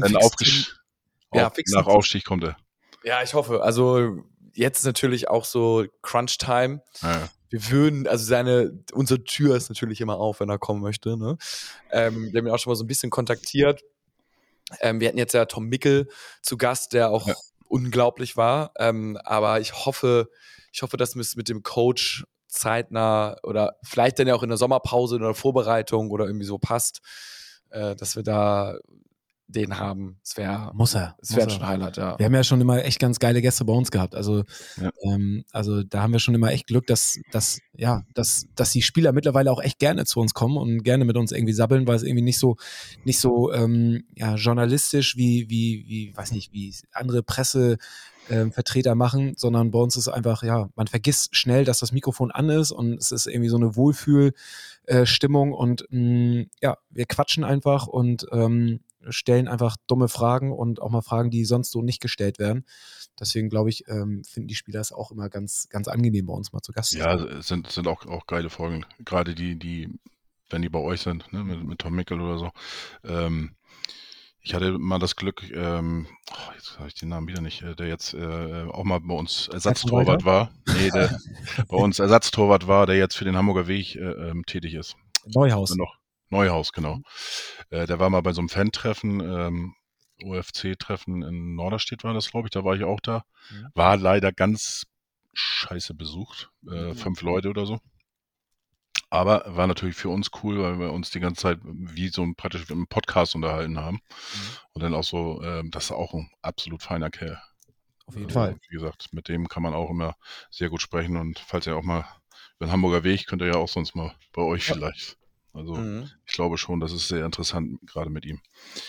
nach Aufstieg kommt er? Ja, ich hoffe. Also jetzt ist natürlich auch so Crunch-Time. Ja. Wir würden, also unsere Tür ist natürlich immer auf, wenn er kommen möchte. Ne? Wir haben ihn auch schon mal so ein bisschen kontaktiert. Wir hatten jetzt ja Tom Mickel zu Gast, der auch unglaublich war. Aber ich hoffe, dass es mit dem Coach zeitnah oder vielleicht dann ja auch in der Sommerpause oder Vorbereitung oder irgendwie so passt, dass wir da den haben. Es wäre schon ein Highlight, ja. Wir haben ja schon immer echt ganz geile Gäste bei uns gehabt. Also, also da haben wir schon immer echt Glück, dass die Spieler mittlerweile auch echt gerne zu uns kommen und gerne mit uns irgendwie sabbeln, weil es irgendwie nicht so journalistisch wie weiß nicht, wie andere Pressevertreter machen, sondern bei uns ist einfach, man vergisst schnell, dass das Mikrofon an ist und es ist irgendwie so eine Wohlfühlstimmung und wir quatschen einfach und stellen einfach dumme Fragen und auch mal Fragen, die sonst so nicht gestellt werden. Deswegen glaube ich, finden die Spieler es auch immer ganz, ganz angenehm, bei uns mal zu Gast zu sein. Ja, sind auch geile Folgen. Gerade die, wenn die bei euch sind, ne, mit Tom Mickel oder so. Ich hatte mal das Glück, jetzt habe ich den Namen wieder nicht, der jetzt auch mal bei uns Ersatztorwart war. Nee, der bei uns Ersatztorwart war, der jetzt für den Hamburger Weg tätig ist. Neuhaus, genau. Der war mal bei so einem Fan-Treffen, OFC-Treffen in Norderstedt war das, glaube ich, da war ich auch da. War leider ganz scheiße besucht, 5 Leute oder so. Aber war natürlich für uns cool, weil wir uns die ganze Zeit wie so praktisch im Podcast unterhalten haben. Und dann auch so, das ist auch ein absolut feiner Kerl. Auf jeden Fall. Wie gesagt, mit dem kann man auch immer sehr gut sprechen. Und falls ihr auch mal über den Hamburger Weg, könnt ihr ja auch sonst mal bei euch vielleicht. Also ich glaube schon, das ist sehr interessant, gerade mit ihm.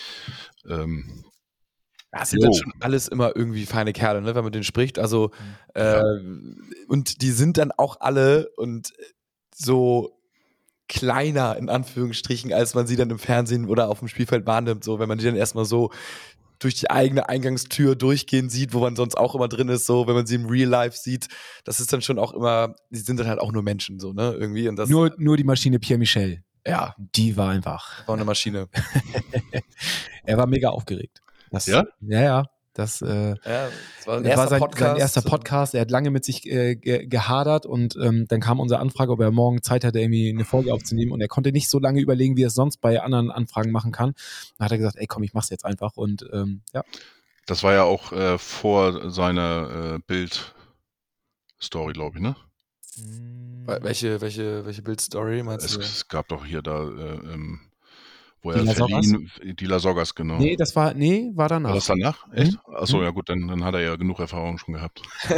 Das sind dann schon alles immer irgendwie feine Kerle, ne, wenn man mit denen spricht. Also, und die sind dann auch alle und so kleiner, in Anführungsstrichen, als man sie dann im Fernsehen oder auf dem Spielfeld wahrnimmt. So, wenn man die dann erstmal so durch die eigene Eingangstür durchgehen sieht, wo man sonst auch immer drin ist, so, wenn man sie im Real Life sieht, das ist dann schon auch immer, die sind dann halt auch nur Menschen, so, ne, irgendwie. Und das, Nur die Maschine Pierre Michel. ja, Die war einfach. war eine Maschine. Er war mega aufgeregt. Ja? Ja. Das Ja, das war ein das war erster sein erster Podcast. Er hat lange mit sich gehadert und dann kam unsere Anfrage, ob er morgen Zeit hatte, irgendwie eine Folge aufzunehmen und er konnte nicht so lange überlegen, wie er es sonst bei anderen Anfragen machen kann. Dann hat er gesagt, ey komm, ich mach's jetzt einfach und ja. Das war ja auch vor seiner Bild-Story, glaube ich, ne? Welche Bildstory meinst du? Es gab doch hier da, wo Die er La verliehen, die La Sogas, genau. Nee, war danach. War das danach? Echt? Mhm. Achso, ja gut, dann hat er ja genug Erfahrung schon gehabt.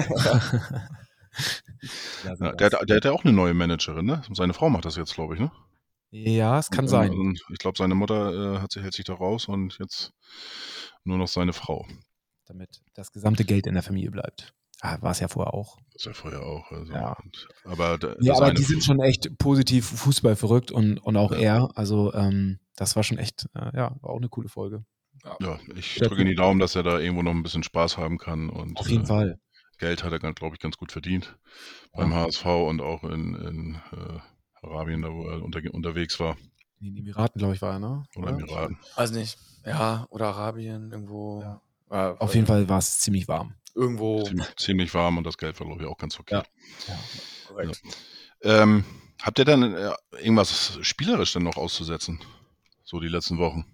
Ja, der hat ja auch eine neue Managerin, ne? Seine Frau macht das jetzt, glaube ich, ne? Ja, es kann sein. Und ich glaube, seine Mutter hält sich da raus und jetzt nur noch seine Frau. Damit das gesamte Geld in der Familie bleibt. War es ja vorher auch. Das ist ja vorher auch. Also, Ja. Aber die sind schon echt positiv Fußball verrückt und auch er. Also das war schon echt, war auch eine coole Folge. Ja, ich drücke in die Daumen, dass er da irgendwo noch ein bisschen Spaß haben kann. Und, auf jeden Fall. Geld hat er, glaube ich, ganz gut verdient beim HSV und auch in Arabien, da wo er unterwegs war. In den Emiraten, glaube ich, war er, ne? Oder Emiraten. Weiß nicht. Ja, oder Arabien, irgendwo. Ja. Auf jeden Fall war es ziemlich warm. Irgendwo. Ziemlich warm und das Geld war, glaube ich, auch ganz okay. Ja. Korrekt. Habt ihr dann irgendwas spielerisch denn noch auszusetzen? So die letzten Wochen?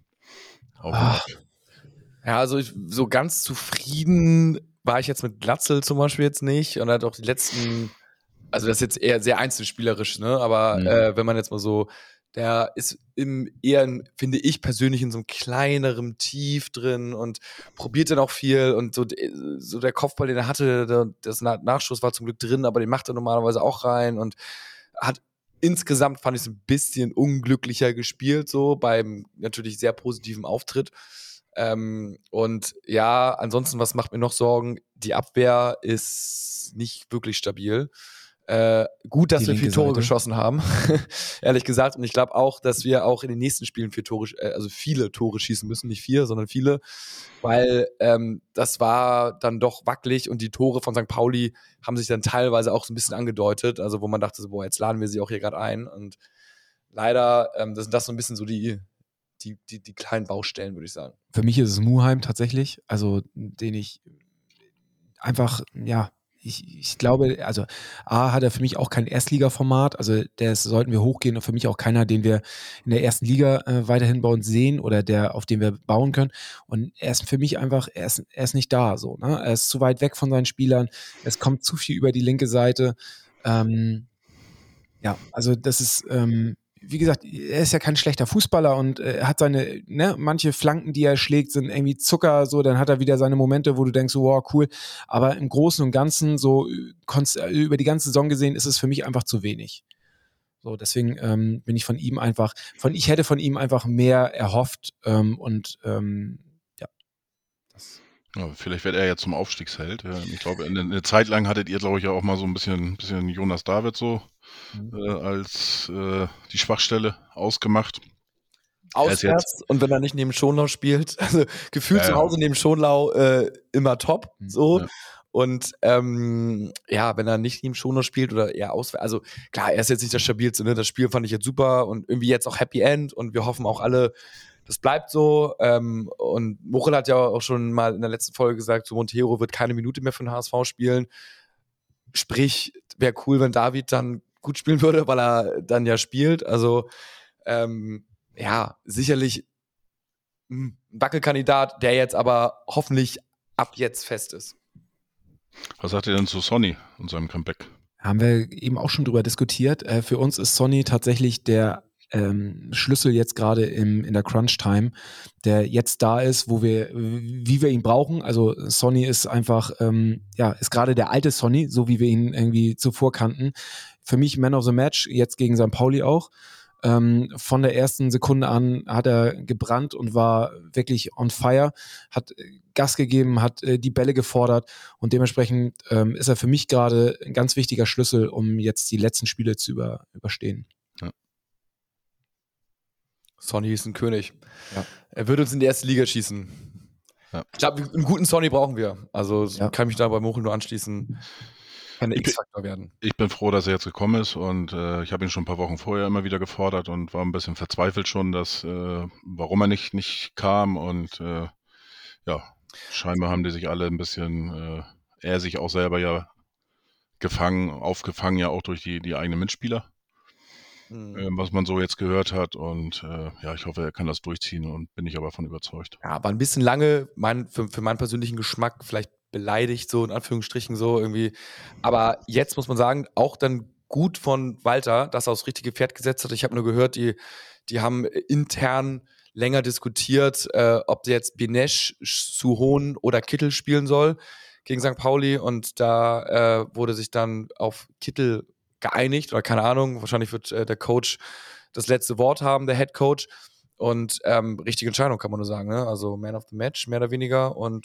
Ja, also so ganz zufrieden war ich jetzt mit Glatzel zum Beispiel jetzt nicht und hat auch die letzten, also das ist jetzt eher sehr einzelspielerisch, ne? Aber wenn man jetzt mal so, der ist finde ich persönlich, in so einem kleineren Tief drin und probiert dann auch viel und so der Kopfball, den er hatte, das Nachschuss war zum Glück drin, aber den macht er normalerweise auch rein und hat insgesamt, fand ich es ein bisschen unglücklicher gespielt, so beim natürlich sehr positiven Auftritt. Und ja, ansonsten, was macht mir noch Sorgen? Die Abwehr ist nicht wirklich stabil. Gut, dass wir 4 Tore geschossen haben, ehrlich gesagt. Und ich glaube auch, dass wir auch in den nächsten Spielen viele Tore schießen müssen. Nicht 4, sondern viele. Weil das war dann doch wackelig und die Tore von St. Pauli haben sich dann teilweise auch so ein bisschen angedeutet. Also wo man dachte, so, boah, jetzt laden wir sie auch hier gerade ein. Und leider sind das so ein bisschen so die kleinen Baustellen, würde ich sagen. Für mich ist es Muheim tatsächlich, also den ich einfach, ich glaube, also A hat er für mich auch kein Erstliga-Format, also sollten wir hochgehen und für mich auch keiner, den wir in der ersten Liga weiterhin bei uns sehen oder auf den wir bauen können. Und er ist für mich einfach, er ist nicht da so, ne? Er ist zu weit weg von seinen Spielern, es kommt zu viel über die linke Seite. Also das ist, wie gesagt, er ist ja kein schlechter Fußballer und er hat seine, manche Flanken, die er schlägt, sind irgendwie Zucker, so, dann hat er wieder seine Momente, wo du denkst, so, wow, cool, aber im Großen und Ganzen, so über die ganze Saison gesehen, ist es für mich einfach zu wenig. So, deswegen bin ich ich hätte von ihm einfach mehr erhofft Ja, vielleicht wird er ja zum Aufstiegsheld. Ja, ich glaube, eine Zeit lang hattet ihr, glaube ich, ja auch mal so ein bisschen Jonas David so als die Schwachstelle ausgemacht. Auswärts und wenn er nicht neben Schonlau spielt, also gefühlt zu Hause neben Schonlau immer top, so. Ja. Und wenn er nicht neben Schonlau spielt oder eher auswärts, also klar, er ist jetzt nicht das stabilste, ne? Das Spiel fand ich jetzt super und irgendwie jetzt auch Happy End und wir hoffen auch alle, das bleibt so. Und Mochel hat ja auch schon mal in der letzten Folge gesagt, so Montero wird keine Minute mehr für den HSV spielen. Sprich, wäre cool, wenn David dann gut spielen würde, weil er dann ja spielt. Also sicherlich ein Wackelkandidat, der jetzt aber hoffentlich ab jetzt fest ist. Was sagt ihr denn zu Sonny und seinem Comeback? Haben wir eben auch schon drüber diskutiert. Für uns ist Sonny tatsächlich der Schlüssel jetzt gerade in der Crunch-Time, der jetzt da ist, wie wir ihn brauchen. Also Sonny ist einfach, ist gerade der alte Sonny, so wie wir ihn irgendwie zuvor kannten. Für mich Man of the Match, jetzt gegen St. Pauli auch. Von der ersten Sekunde an hat er gebrannt und war wirklich on fire, hat Gas gegeben, hat die Bälle gefordert und dementsprechend ist er für mich gerade ein ganz wichtiger Schlüssel, um jetzt die letzten Spiele zu überstehen. Ja. Sonny ist ein König. Ja. Er wird uns in die erste Liga schießen. Ja. Ich glaube, einen guten Sonny brauchen wir. Also Ja. kann mich da bei Mochel nur anschließen. Kann der Ich bin- X-Faktor werden. Ich bin froh, dass er jetzt gekommen ist und ich habe ihn schon ein paar Wochen vorher immer wieder gefordert und war ein bisschen verzweifelt schon, dass warum er nicht kam und ja, scheinbar haben die sich alle ein bisschen, er sich auch selber ja aufgefangen ja auch durch die eigenen Mitspieler, was man so jetzt gehört hat und ja, ich hoffe, er kann das durchziehen und bin ich aber davon überzeugt. Ja, war ein bisschen lange, für meinen persönlichen Geschmack vielleicht beleidigt, so in Anführungsstrichen so irgendwie. Aber jetzt muss man sagen, auch dann gut von Walter, dass er aufs richtige Pferd gesetzt hat. Ich habe nur gehört, die haben intern länger diskutiert, ob der jetzt Benesch, Suhon oder Kittel spielen soll gegen St. Pauli. Und da wurde sich dann auf Kittel geeinigt oder keine Ahnung. Wahrscheinlich wird der Coach das letzte Wort haben, der Head Coach. Und richtige Entscheidung, kann man nur sagen. Ne? Also Man of the Match, mehr oder weniger. Und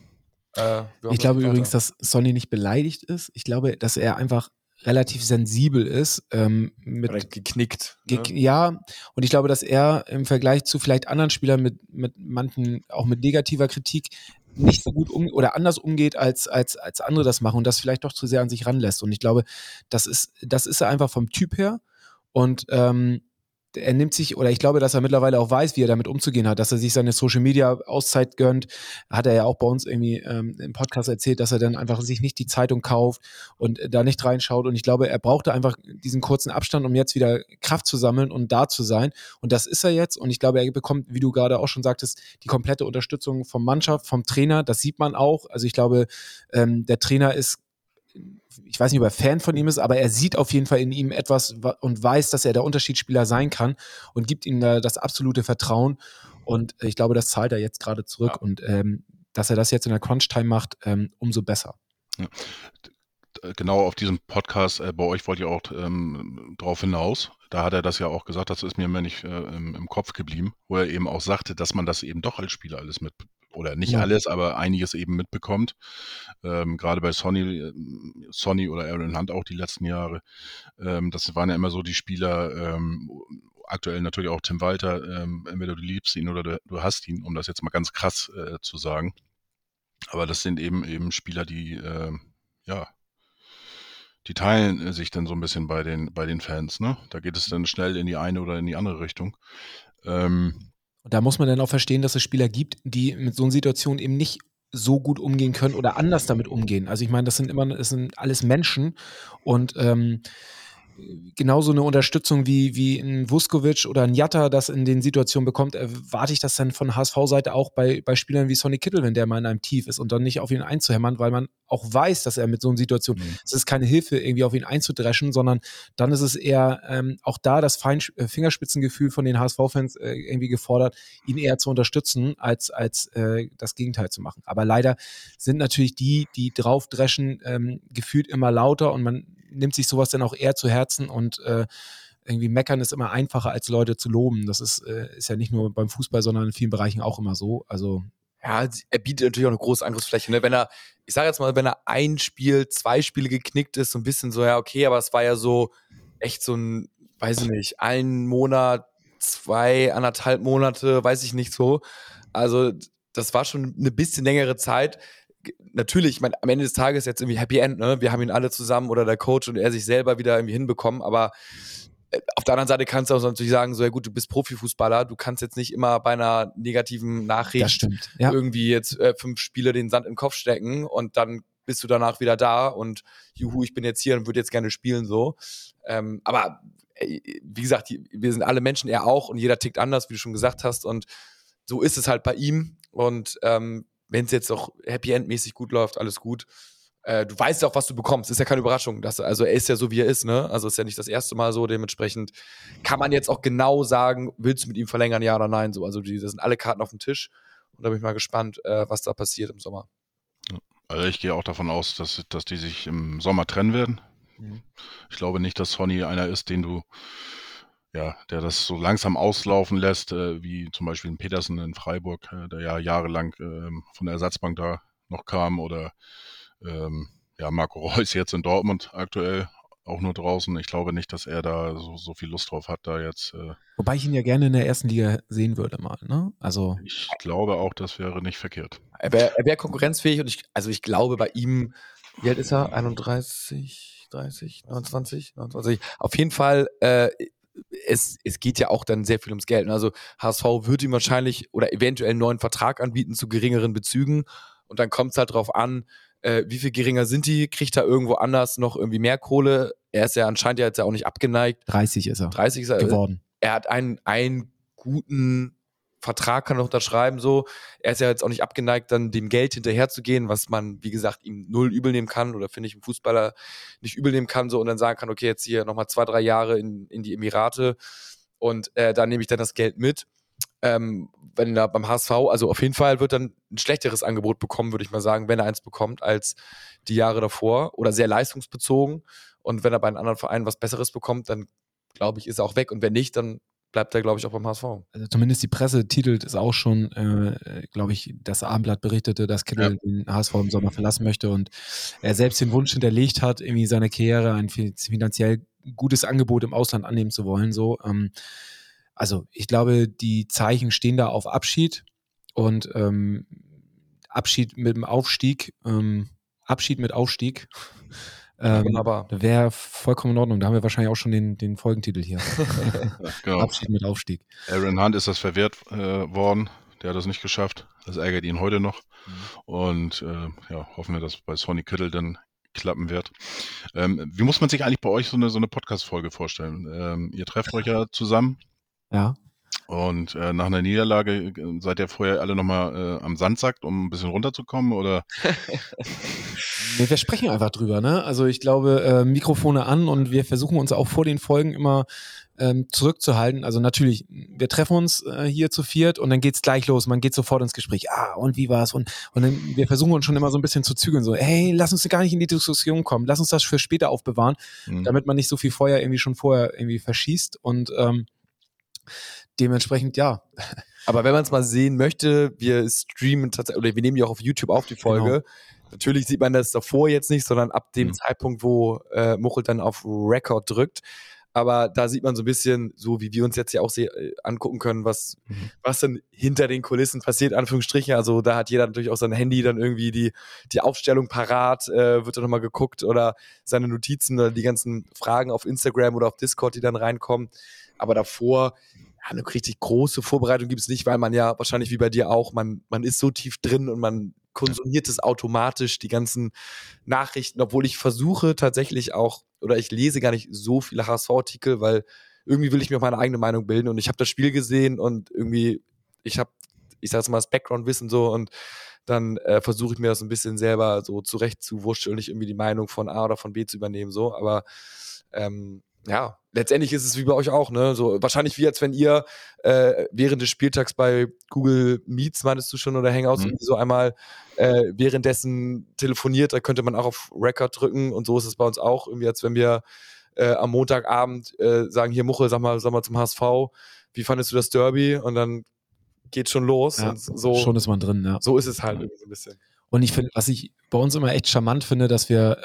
Ich glaube übrigens, dass Sonny nicht beleidigt ist. Ich glaube, dass er einfach relativ sensibel ist. Geknickt. Ja, und ich glaube, dass er im Vergleich zu vielleicht anderen Spielern mit manchen, auch mit negativer Kritik, nicht so gut oder anders umgeht, als andere das machen und das vielleicht doch zu sehr an sich ranlässt. Und ich glaube, das ist er einfach vom Typ her. Und er nimmt sich, oder ich glaube, dass er mittlerweile auch weiß, wie er damit umzugehen hat, dass er sich seine Social-Media-Auszeit gönnt. Hat er ja auch bei uns irgendwie im Podcast erzählt, dass er dann einfach sich nicht die Zeitung kauft und da nicht reinschaut. Und ich glaube, er brauchte einfach diesen kurzen Abstand, um jetzt wieder Kraft zu sammeln und da zu sein. Und das ist er jetzt. Und ich glaube, er bekommt, wie du gerade auch schon sagtest, die komplette Unterstützung vom Mannschaft, vom Trainer. Das sieht man auch. Also ich glaube, der Trainer ist, ich weiß nicht, ob er Fan von ihm ist, aber er sieht auf jeden Fall in ihm etwas und weiß, dass er der Unterschiedsspieler sein kann und gibt ihm da das absolute Vertrauen. Und ich glaube, das zahlt er jetzt gerade zurück. Ja. Und dass er das jetzt in der Crunch-Time macht, umso besser. Ja. Genau auf diesem Podcast bei euch wollte ich auch drauf hinaus. Da hat er das ja auch gesagt, das ist mir immer nicht im Kopf geblieben, wo er eben auch sagte, dass man das eben doch als Spieler alles oder nicht alles, aber einiges eben mitbekommt. Gerade bei Sonny oder Aaron Hunt auch die letzten Jahre. Das waren ja immer so die Spieler, aktuell natürlich auch Tim Walter, entweder du liebst ihn oder du hasst ihn, um das jetzt mal ganz krass zu sagen. Aber das sind eben Spieler, die die teilen sich dann so ein bisschen bei den Fans, ne? Da geht es dann schnell in die eine oder in die andere Richtung. Und da muss man dann auch verstehen, dass es Spieler gibt, die mit so einer Situation eben nicht so gut umgehen können oder anders damit umgehen. Also ich meine, das sind alles Menschen und genauso eine Unterstützung wie ein Vuskovic oder ein Jatta das in den Situationen bekommt, erwarte ich das dann von HSV-Seite auch bei Spielern wie Sonny Kittel, wenn der mal in einem Tief ist und dann nicht auf ihn einzuhämmern, weil man auch weiß, dass er mit so einer Situation, es ist keine Hilfe, irgendwie auf ihn einzudreschen, sondern dann ist es eher auch da das Fingerspitzengefühl von den HSV-Fans irgendwie gefordert, ihn eher zu unterstützen, als das Gegenteil zu machen. Aber leider sind natürlich die draufdreschen, gefühlt immer lauter und man nimmt sich sowas dann auch eher zu Herzen und irgendwie meckern ist immer einfacher, als Leute zu loben. Das ist ja nicht nur beim Fußball, sondern in vielen Bereichen auch immer so. Also ja, er bietet natürlich auch eine große Angriffsfläche. Ne? Wenn er 2 Spiele geknickt ist, so ein bisschen so, ja, okay, aber es war ja so echt so ein, weiß ich nicht, 1 Monat, 2, 1,5 Monate, weiß ich nicht so. Also das war schon eine bisschen längere Zeit. Natürlich, ich meine, am Ende des Tages jetzt irgendwie Happy End, ne? Wir haben ihn alle zusammen oder der Coach und er sich selber wieder irgendwie hinbekommen, aber auf der anderen Seite kannst du auch natürlich sagen, so ja gut, du bist Profifußballer, du kannst jetzt nicht immer bei einer negativen Nachricht irgendwie jetzt 5 Spiele den Sand im Kopf stecken und dann bist du danach wieder da und juhu, ich bin jetzt hier und würde jetzt gerne spielen so. Aber wie gesagt, wir sind alle Menschen, er auch und jeder tickt anders, wie du schon gesagt hast und so ist es halt bei ihm und wenn es jetzt auch Happy End-mäßig gut läuft, alles gut. Du weißt ja auch, was du bekommst. Ist ja keine Überraschung. Also er ist ja so, wie er ist, ne? Also ist ja nicht das erste Mal so. Dementsprechend kann man jetzt auch genau sagen, willst du mit ihm verlängern, ja oder nein? So, also das sind alle Karten auf dem Tisch. Und da bin ich mal gespannt, was da passiert im Sommer. Also ich gehe auch davon aus, dass die sich im Sommer trennen werden. Ich glaube nicht, dass Sonny einer ist, der das so langsam auslaufen lässt, wie zum Beispiel ein Petersen in Freiburg, der ja jahrelang von der Ersatzbank da noch kam oder Marco Reus jetzt in Dortmund aktuell. auch nur draußen. Ich glaube nicht, dass er da so viel Lust drauf hat, da jetzt. Wobei ich ihn ja gerne in der ersten Liga sehen würde mal, ne? Also, Ich glaube auch, das wäre nicht verkehrt. Er wär konkurrenzfähig und ich glaube bei ihm, wie alt ist er? 31, 30, 29, 29. Auf jeden Fall, es geht ja auch dann sehr viel ums Geld. Also HSV wird ihm wahrscheinlich oder eventuell einen neuen Vertrag anbieten zu geringeren Bezügen und dann kommt es halt drauf an, wie viel geringer sind die, kriegt er irgendwo anders noch irgendwie mehr Kohle. Er ist ja anscheinend ja jetzt auch nicht abgeneigt. 30 ist er 30 ist er geworden. Er hat einen guten Vertrag, kann er unterschreiben, so. Er ist ja jetzt auch nicht abgeneigt, dann dem Geld hinterherzugehen, was man, wie gesagt, ihm null übel nehmen kann oder finde ich, einem Fußballer nicht übel nehmen kann, so, und dann sagen kann, okay, jetzt hier nochmal 2-3 Jahre in die Emirate und da nehme ich dann das Geld mit. Wenn er beim HSV, also auf jeden Fall wird dann ein schlechteres Angebot bekommen, würde ich mal sagen, wenn er eins bekommt als die Jahre davor oder sehr leistungsbezogen. Und wenn er bei einem anderen Verein was Besseres bekommt, dann glaube ich, ist er auch weg. Und wenn nicht, dann bleibt er, glaube ich, auch beim HSV. Also zumindest die Presse titelt es auch schon, glaube ich, das Abendblatt berichtete, dass Kittel den HSV im Sommer verlassen möchte und er selbst den Wunsch hinterlegt hat, irgendwie seine Karriere ein finanziell gutes Angebot im Ausland annehmen zu wollen. So, also ich glaube, die Zeichen stehen da auf Abschied und Abschied mit dem Aufstieg, Abschied mit Aufstieg. Wunderbar. Wäre vollkommen in Ordnung. Da haben wir wahrscheinlich auch schon den Folgentitel hier. Genau. Abschied mit Aufstieg. Aaron Hunt ist das verwehrt worden. Der hat das nicht geschafft. Das ärgert ihn heute noch. Und hoffen wir, dass bei Sonny Kittel dann klappen wird. Wie muss man sich eigentlich bei euch so eine Podcast-Folge vorstellen? Ihr trefft euch ja zusammen. Ja. Und nach einer Niederlage seid ihr vorher alle nochmal am Sandsack, um ein bisschen runterzukommen, oder? Nee, wir sprechen einfach drüber, ne? Also ich glaube, Mikrofone an und wir versuchen uns auch vor den Folgen immer zurückzuhalten. Also natürlich, wir treffen uns hier zu viert und dann geht's gleich los. Man geht sofort ins Gespräch. Und wie war's? Und dann, wir versuchen uns schon immer so ein bisschen zu zügeln. So, hey, lass uns gar nicht in die Diskussion kommen. Lass uns das für später aufbewahren, damit man nicht so viel Feuer irgendwie schon vorher irgendwie verschießt. Und dementsprechend, ja. Aber wenn man es mal sehen möchte, wir streamen tatsächlich, oder wir nehmen ja auch auf YouTube auf die Folge. Genau. Natürlich sieht man das davor jetzt nicht, sondern ab dem Zeitpunkt, wo Muchel dann auf Record drückt. Aber da sieht man so ein bisschen, so wie wir uns jetzt ja auch angucken können, was dann hinter den Kulissen passiert, Anführungsstrichen. Also da hat jeder natürlich auch sein Handy dann irgendwie die Aufstellung parat, wird dann nochmal geguckt oder seine Notizen oder die ganzen Fragen auf Instagram oder auf Discord, die dann reinkommen. Aber davor, eine richtig große Vorbereitung gibt es nicht, weil man ja wahrscheinlich wie bei dir auch, man ist so tief drin und man konsumiert es automatisch, die ganzen Nachrichten, obwohl ich versuche tatsächlich auch, oder ich lese gar nicht so viele HSV-Artikel, weil irgendwie will ich mir auch meine eigene Meinung bilden und ich habe das Spiel gesehen und irgendwie, ich sag jetzt mal das Background-Wissen so und dann versuche ich mir das ein bisschen selber so zurecht zu wurschteln und nicht irgendwie die Meinung von A oder von B zu übernehmen, so, aber ja, letztendlich ist es wie bei euch auch, ne? So wahrscheinlich wie als wenn ihr während des Spieltags bei Google Meets, meintest du schon, oder Hangouts so einmal währenddessen telefoniert, da könnte man auch auf Record drücken und so ist es bei uns auch, irgendwie als wenn wir am Montagabend sagen, hier Muchel, sag mal zum HSV, wie fandest du das Derby? Und dann geht schon los. Ja, und so, schon ist man drin, ja. So ist es halt irgendwie so ein bisschen. Und ich finde, was ich bei uns immer echt charmant finde, dass wir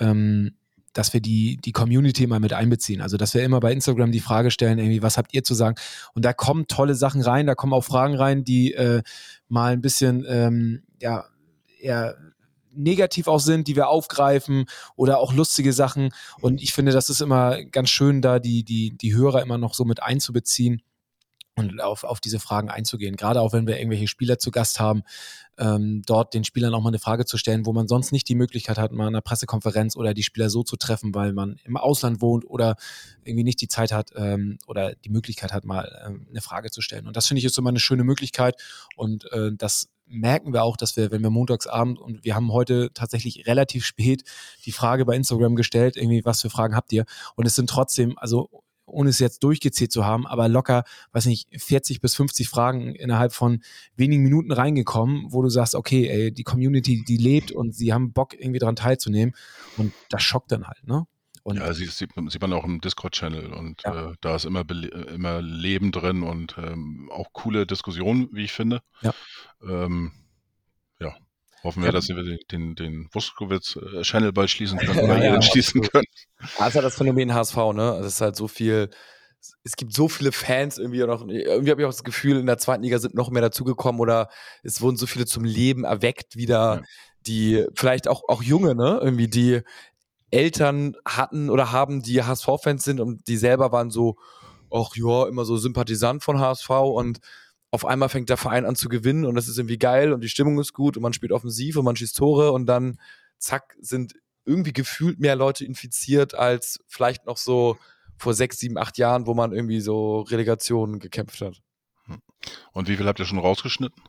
die Community mal mit einbeziehen. Also, dass wir immer bei Instagram die Frage stellen, irgendwie, was habt ihr zu sagen? Und da kommen tolle Sachen rein, da kommen auch Fragen rein, die mal ein bisschen, eher negativ auch sind, die wir aufgreifen oder auch lustige Sachen. Und ich finde, das ist immer ganz schön, da die Hörer immer noch so mit einzubeziehen und auf diese Fragen einzugehen. Gerade auch, wenn wir irgendwelche Spieler zu Gast haben, dort den Spielern auch mal eine Frage zu stellen, wo man sonst nicht die Möglichkeit hat, mal in einer Pressekonferenz oder die Spieler so zu treffen, weil man im Ausland wohnt oder irgendwie nicht die Zeit hat oder die Möglichkeit hat, mal eine Frage zu stellen. Und das finde ich ist immer eine schöne Möglichkeit und das merken wir auch, dass wir, wenn wir montagsabend und wir haben heute tatsächlich relativ spät die Frage bei Instagram gestellt, irgendwie, was für Fragen habt ihr? Und es sind trotzdem, also ohne es jetzt durchgezählt zu haben, aber locker, weiß nicht, 40 bis 50 Fragen innerhalb von wenigen Minuten reingekommen, wo du sagst, okay, ey, die Community, die lebt und sie haben Bock, irgendwie daran teilzunehmen und das schockt dann halt, ne? Und ja, sieht man auch im Discord-Channel und da ist immer Leben drin und auch coole Diskussionen, wie ich finde. Ja. Ja. Hoffen wir, dass wir den Vuskovic-Channel bald schließen können oder Ja, jeden schließen absolut. können. Das ist halt das Phänomen HSV, ne? Also es ist halt so viel, es gibt so viele Fans irgendwie und irgendwie habe ich auch das Gefühl, in der zweiten Liga sind noch mehr dazugekommen oder es wurden so viele zum Leben erweckt wieder, Ja. die vielleicht auch junge, ne? Irgendwie die Eltern hatten oder haben, die HSV-Fans sind und die selber waren so, ach ja, immer so Sympathisant von HSV und auf einmal fängt der Verein an zu gewinnen und das ist irgendwie geil und die Stimmung ist gut und man spielt offensiv und man schießt Tore und dann zack sind irgendwie gefühlt mehr Leute infiziert als vielleicht noch so vor 6, 7, 8 Jahren, wo man irgendwie so Relegationen gekämpft hat. Und wie viel habt ihr schon rausgeschnitten?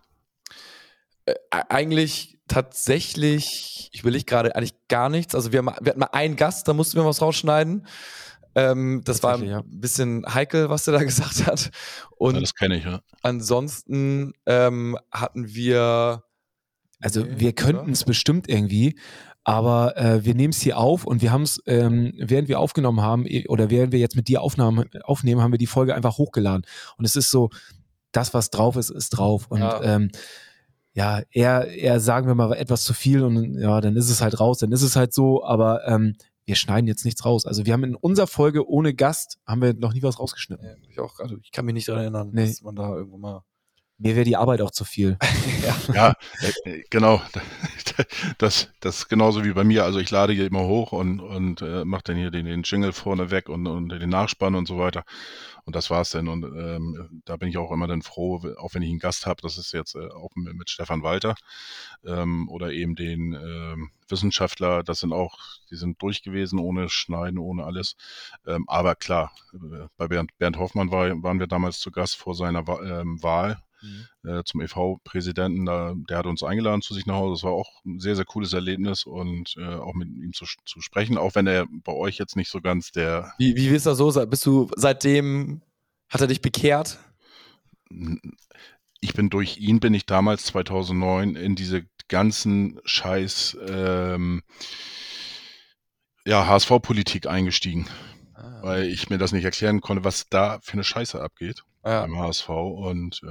Eigentlich tatsächlich, ich überlege gerade eigentlich gar nichts. Also wir hatten mal einen Gast, da mussten wir was rausschneiden. Das war Tatsächlich, ja. ein bisschen heikel, was der da gesagt hat. Und Ja, das kenne ich, ja. ansonsten hatten wir. Also Nee, wir könnten es bestimmt irgendwie, aber wir nehmen es hier auf und wir haben es, während wir aufgenommen haben oder während wir jetzt mit dir aufnehmen, haben wir die Folge einfach hochgeladen. Und es ist so, das, was drauf ist, ist drauf. Und Ja. eher sagen wir mal etwas zu viel und ja, dann ist es halt raus, dann ist es halt so, aber wir schneiden jetzt nichts raus. Also wir haben in unserer Folge ohne Gast, haben wir noch nie was rausgeschnitten. Ich kann mich nicht daran erinnern, Nee. dass man da irgendwo mal. Mir wäre die Arbeit auch zu viel. Ja, genau. Das ist genauso wie bei mir. Also ich lade hier immer hoch und mache dann hier den Jingle vorne weg und den Nachspann und so weiter. Und das war's dann. Und da bin ich auch immer dann froh, auch wenn ich einen Gast habe, das ist jetzt auch mit Stefan Walter oder eben den Wissenschaftler, die sind durch gewesen, ohne Schneiden, ohne alles. Aber klar, bei Bernd Hoffmann waren wir damals zu Gast vor seiner Wahl. Zum EV-Präsidenten, der hat uns eingeladen zu sich nach Hause. Das war auch ein sehr, sehr cooles Erlebnis und auch mit ihm zu sprechen, auch wenn er bei euch jetzt nicht so ganz der... Wie ist das so? Bist du seitdem, hat er dich bekehrt? Durch ihn bin ich damals 2009 in diese ganzen Scheiß HSV-Politik eingestiegen, weil ich mir das nicht erklären konnte, was da für eine Scheiße abgeht beim HSV und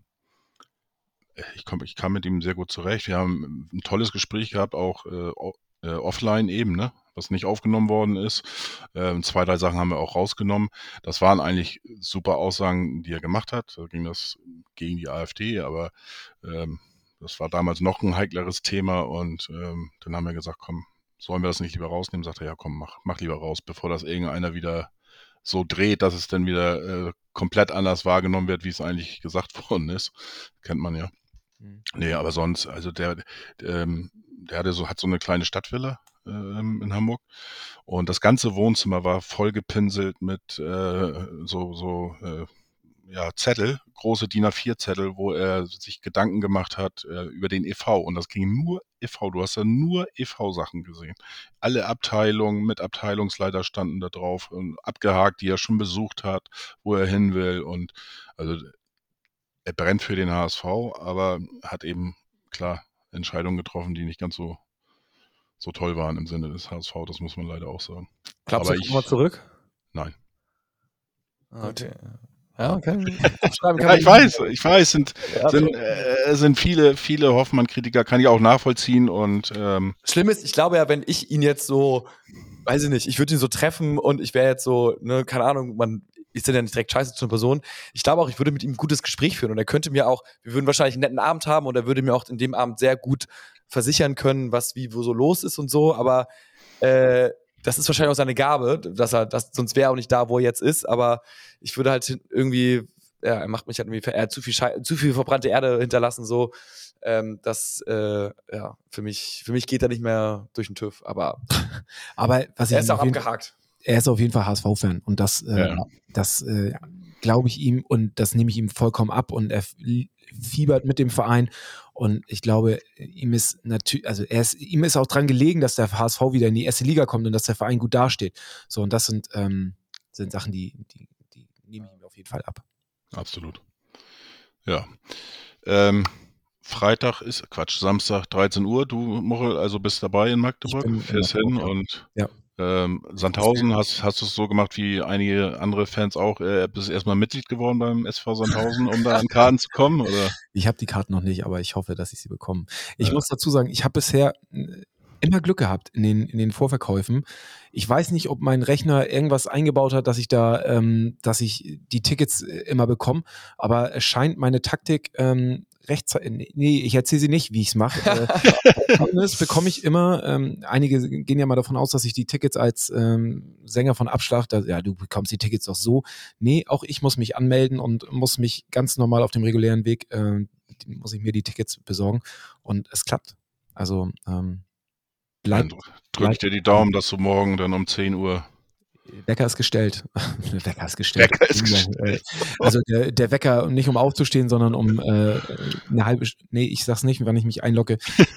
ich kam mit ihm sehr gut zurecht. Wir haben ein tolles Gespräch gehabt, auch offline eben, ne? Was nicht aufgenommen worden ist. 2, 3 Sachen haben wir auch rausgenommen. Das waren eigentlich super Aussagen, die er gemacht hat. Da ging das gegen die AfD, aber das war damals noch ein heikleres Thema und dann haben wir gesagt, komm, sollen wir das nicht lieber rausnehmen? Sagt er, ja komm, mach lieber raus, bevor das irgendeiner wieder so dreht, dass es dann wieder komplett anders wahrgenommen wird, wie es eigentlich gesagt worden ist. Kennt man ja. Nee, aber sonst, also der hat so eine kleine Stadtvilla in Hamburg und das ganze Wohnzimmer war vollgepinselt mit Zettel, große DIN A4-Zettel, wo er sich Gedanken gemacht hat über den e.V. und das ging nur e.V. Du hast ja nur e.V.-Sachen gesehen. Alle Abteilungen mit Abteilungsleiter standen da drauf und abgehakt, die er schon besucht hat, wo er hin will und also er brennt für den HSV, aber hat eben, klar, Entscheidungen getroffen, die nicht ganz so toll waren im Sinne des HSV, das muss man leider auch sagen. Glaubst du, kommen wir zurück? Nein. Okay. Ja, okay. Ja, ich weiß, sind viele Hoffmann-Kritiker, kann ich auch nachvollziehen und Schlimm ist, ich glaube ja, wenn ich ihn jetzt so, weiß ich nicht, ich würde ihn so treffen und ich wäre jetzt so, ne, keine Ahnung, man ist ja nicht direkt scheiße zu einer Person. Ich glaube auch, ich würde mit ihm ein gutes Gespräch führen und er könnte mir auch, wir würden wahrscheinlich einen netten Abend haben und er würde mir auch in dem Abend sehr gut versichern können, wo so los ist und so, aber das ist wahrscheinlich auch seine Gabe, sonst wäre er auch nicht da, wo er jetzt ist, aber ich würde halt irgendwie, ja, er macht mich halt irgendwie, er hat zu viel verbrannte Erde hinterlassen, so, für mich geht er nicht mehr durch den TÜV, aber was ich er ist auch abgehakt. Er ist auf jeden Fall HSV-Fan und das glaube ich ihm und das nehme ich ihm vollkommen ab und er fiebert mit dem Verein und ich glaube, ihm ist auch dran gelegen, dass der HSV wieder in die erste Liga kommt und dass der Verein gut dasteht. So, und das sind Sachen, die nehme ich ihm auf jeden Fall ab. Absolut. Ja. Samstag 13 Uhr, du, Mochel, also bist dabei in Magdeburg, fährst hin und... Ja. Sandhausen, hast du es so gemacht wie einige andere Fans auch? Bist du erstmal Mitglied geworden beim SV Sandhausen, um da an Karten zu kommen? Oder? Ich habe die Karten noch nicht, aber ich hoffe, dass ich sie bekomme. Ich Ja. muss dazu sagen, ich habe bisher immer Glück gehabt in den Vorverkäufen. Ich weiß nicht, ob mein Rechner irgendwas eingebaut hat, dass ich die Tickets immer bekomme, aber es scheint meine Taktik rechtzeitig, nee, ich erzähle sie nicht, wie ich es mache. Bekomme ich immer, einige gehen ja mal davon aus, dass ich die Tickets als Sänger von Abschlag, du bekommst die Tickets doch so. Nee, auch ich muss mich anmelden und muss mich ganz normal auf dem regulären Weg, muss ich mir die Tickets besorgen und es klappt. Also Dann drücke ich dir die Daumen, dass du morgen dann um 10 Uhr... Wecker ist gestellt. Wecker ist gestellt. Also der Wecker nicht um aufzustehen, sondern um eine halbe Stunde, nee, ich sag's nicht, wann ich mich einlogge,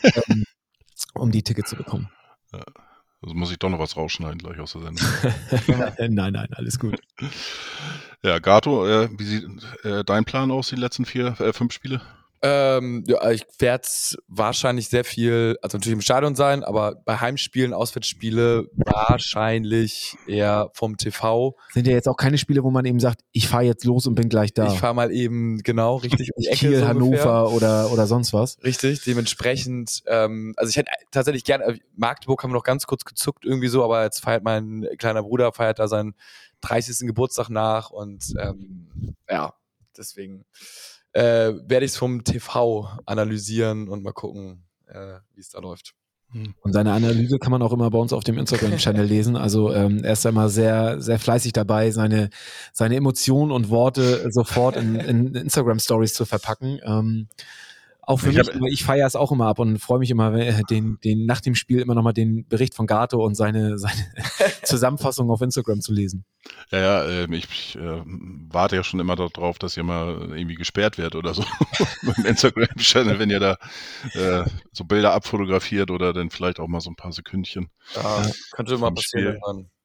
um die Tickets zu bekommen. Ja. Also muss ich doch noch was rausschneiden gleich aus der Sendung. Nein, alles gut. Ja, Gato, wie sieht dein Plan aus, die letzten 5 Spiele? Ja, ich werde wahrscheinlich sehr viel, also natürlich im Stadion sein, aber bei Heimspielen, Auswärtsspiele wahrscheinlich eher vom TV. Sind ja jetzt auch keine Spiele, wo man eben sagt, ich fahre jetzt los und bin gleich da. Ich fahre mal eben genau richtig um die Ecke. Kiel, so Hannover oder sonst was. Richtig, dementsprechend, also ich hätte tatsächlich gerne, Magdeburg haben wir noch ganz kurz gezuckt irgendwie so, aber jetzt feiert mein kleiner Bruder, feiert da seinen 30. Geburtstag nach und ja, deswegen werde ich es vom TV analysieren und mal gucken, wie es da läuft. Und seine Analyse kann man auch immer bei uns auf dem Instagram-Channel lesen. Also er ist da immer sehr, sehr fleißig dabei, seine Emotionen und Worte sofort in Instagram-Stories zu verpacken. Auch für mich, ich feiere es auch immer ab und freue mich immer, den nach dem Spiel immer nochmal den Bericht von Gato und seine Zusammenfassung auf Instagram zu lesen. Ja, ich warte ja schon immer darauf, dass ihr mal irgendwie gesperrt wird oder so beim Instagram-Channel, wenn ihr da so Bilder abfotografiert oder dann vielleicht auch mal so ein paar Sekündchen. Ja, könnte mal passieren.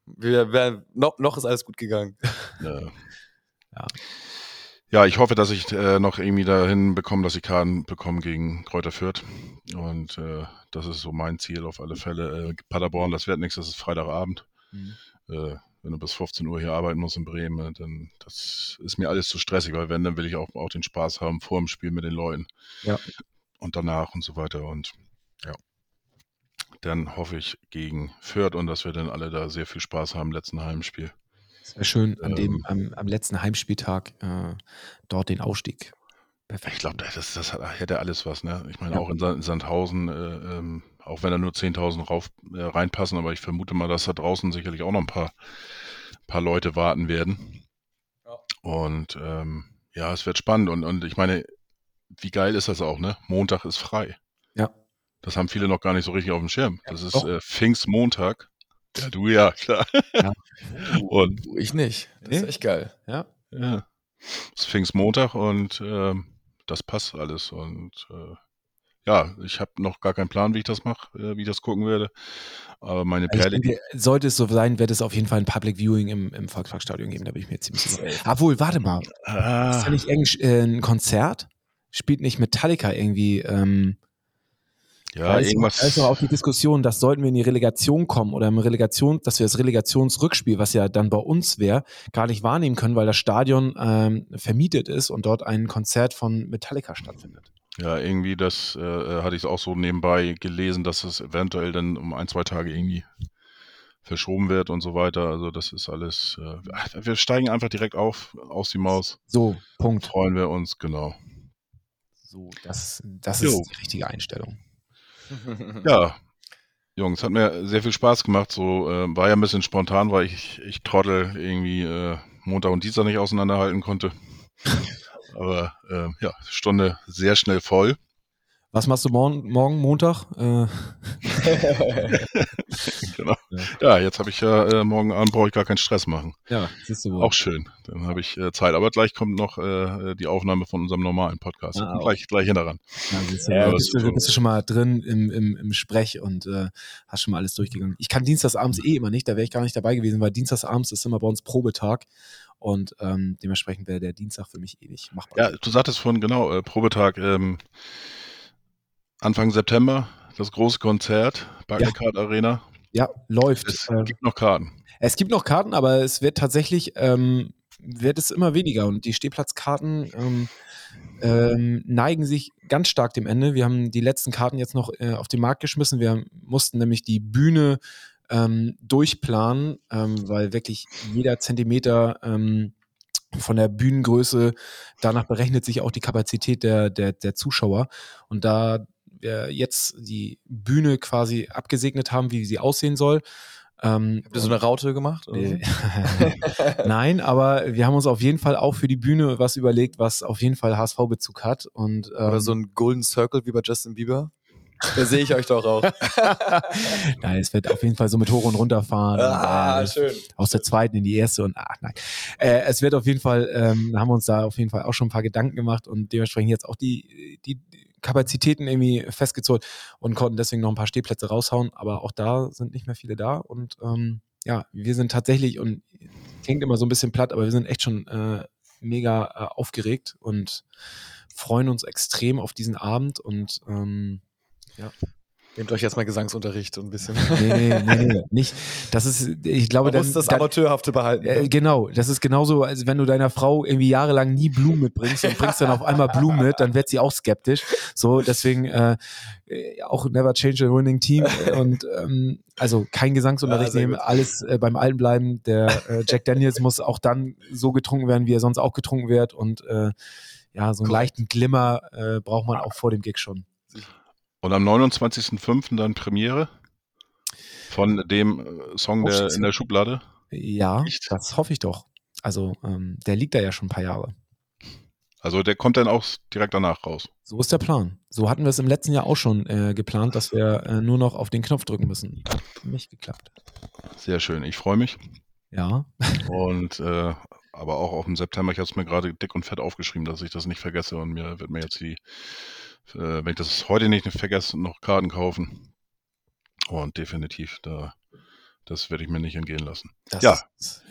Noch ist alles gut gegangen. Ja, ich hoffe, dass ich noch irgendwie dahin bekomme, dass ich Karten bekomme gegen Kräuter Fürth. Und das ist so mein Ziel auf alle Fälle. Paderborn, das wird nichts, das ist Freitagabend. Wenn du bis 15 Uhr hier arbeiten musst in Bremen, dann das ist mir alles zu stressig, weil dann will ich auch den Spaß haben vor dem Spiel mit den Leuten. Ja. Und danach und so weiter. Und ja, dann hoffe ich gegen Fürth und dass wir dann alle da sehr viel Spaß haben im letzten Heimspiel. Es wäre schön, am letzten Heimspieltag dort den Ausstieg. Perfekt. Ich glaube, das hätte alles was, ne? Ich meine, auch in Sandhausen, auch wenn da nur 10.000 reinpassen, aber ich vermute mal, dass da draußen sicherlich auch noch ein paar Leute warten werden. Ja. Und ja, es wird spannend. Und ich meine, wie geil ist das auch, ne? Montag ist frei. Ja. Das haben viele noch gar nicht so richtig auf dem Schirm. Das ist Pfingstmontag. Ja, du ja, klar. Ja. Und ich nicht. Das ist echt geil. Ja. Es ist Pfingstmontag und das passt alles. Und ja, ich habe noch gar keinen Plan, wie ich das mache, wie ich das gucken werde. Aber meine Perle. Sollte es so sein, wird es auf jeden Fall ein Public Viewing im Volksparkstadion geben, da bin ich mir ziemlich sicher. Obwohl, warte mal. Ist da nicht ein Konzert? Spielt nicht Metallica irgendwie? Ja, irgendwas. Da ist doch auch die Diskussion, dass sollten wir in die Relegation kommen oder dass wir das Relegationsrückspiel, was ja dann bei uns wäre, gar nicht wahrnehmen können, weil das Stadion vermietet ist und dort ein Konzert von Metallica stattfindet. Ja, irgendwie das hatte ich auch so nebenbei gelesen, dass es eventuell dann um 1-2 Tage irgendwie verschoben wird und so weiter. Also das ist alles, wir steigen einfach direkt aus die Maus. So, Punkt. Freuen wir uns, genau. So, das ist die richtige Einstellung. Ja, Jungs, hat mir sehr viel Spaß gemacht. So war ja ein bisschen spontan, weil ich Trottel irgendwie Montag und Dienstag nicht auseinanderhalten konnte. Aber ja, Stunde sehr schnell voll. Was machst du morgen Montag? Genau. Ja, jetzt habe ich ja morgen Abend brauche ich gar keinen Stress machen. Ja, siehst du wohl. Auch schön. Dann habe ich Zeit. Aber gleich kommt noch die Aufnahme von unserem normalen Podcast. Gleich hinteran. Ja, bist du schon mal drin im Sprech und hast schon mal alles durchgegangen. Ich kann dienstagsabends immer nicht, da wäre ich gar nicht dabei gewesen, weil dienstagsabends ist immer bei uns Probetag. Und dementsprechend wäre der Dienstag für mich nicht machbar. Ja, du sagtest vorhin, genau, Probetag Anfang September, das große Konzert, Barclaycard Arena. Ja, läuft. Es gibt noch Karten. Es gibt noch Karten, aber es wird tatsächlich, wird es immer weniger und die Stehplatzkarten neigen sich ganz stark dem Ende. Wir haben die letzten Karten jetzt noch auf den Markt geschmissen. Wir mussten nämlich die Bühne durchplanen, weil wirklich jeder Zentimeter von der Bühnengröße, danach berechnet sich auch die Kapazität der Zuschauer. Und da wir jetzt die Bühne quasi abgesegnet haben, wie sie aussehen soll. Habt ihr so eine Raute gemacht? Oder so? Nein, aber wir haben uns auf jeden Fall auch für die Bühne was überlegt, was auf jeden Fall HSV-Bezug hat. Und, Oder so ein Golden Circle wie bei Justin Bieber? Da sehe ich euch doch auch. Nein, es wird auf jeden Fall so mit hoch und runter fahren. Schön. Aus der zweiten in die erste und nein. Es wird auf jeden Fall, haben wir uns da auf jeden Fall auch schon ein paar Gedanken gemacht und dementsprechend jetzt auch die Kapazitäten irgendwie festgezurrt und konnten deswegen noch ein paar Stehplätze raushauen, aber auch da sind nicht mehr viele da und ja, wir sind tatsächlich, und klingt immer so ein bisschen platt, aber wir sind echt schon mega aufgeregt und freuen uns extrem auf diesen Abend und ja. Nehmt euch jetzt mal Gesangsunterricht so ein bisschen. Nee, nicht. Das ist, ich glaube, Man muss das Amateurhafte behalten. Genau, das ist genauso, als wenn du deiner Frau irgendwie jahrelang nie Blumen mitbringst und bringst dann auf einmal Blumen mit, dann wird sie auch skeptisch. So, deswegen auch never change a winning team und also kein Gesangsunterricht nehmen, alles beim Alten bleiben. Der Jack Daniels muss auch dann so getrunken werden, wie er sonst auch getrunken wird und ja, so einen leichten Glimmer braucht man auch vor dem Gig schon. Und am 29.05. dann Premiere von dem Song in der Schublade? Ja, Echt? das hoffe ich doch. Also der liegt da ja schon ein paar Jahre. Also der kommt dann auch direkt danach raus? So ist der Plan. So hatten wir es im letzten Jahr auch schon geplant, dass wir nur noch auf den Knopf drücken müssen. Hat nicht geklappt. Sehr schön, ich freue mich. Ja. Und aber auch auf dem September, ich habe es mir gerade dick und fett aufgeschrieben, dass ich das nicht vergesse und wird mir jetzt wenn ich das heute nicht vergesse, noch Karten kaufen. Und definitiv, das werde ich mir nicht entgehen lassen. Ja.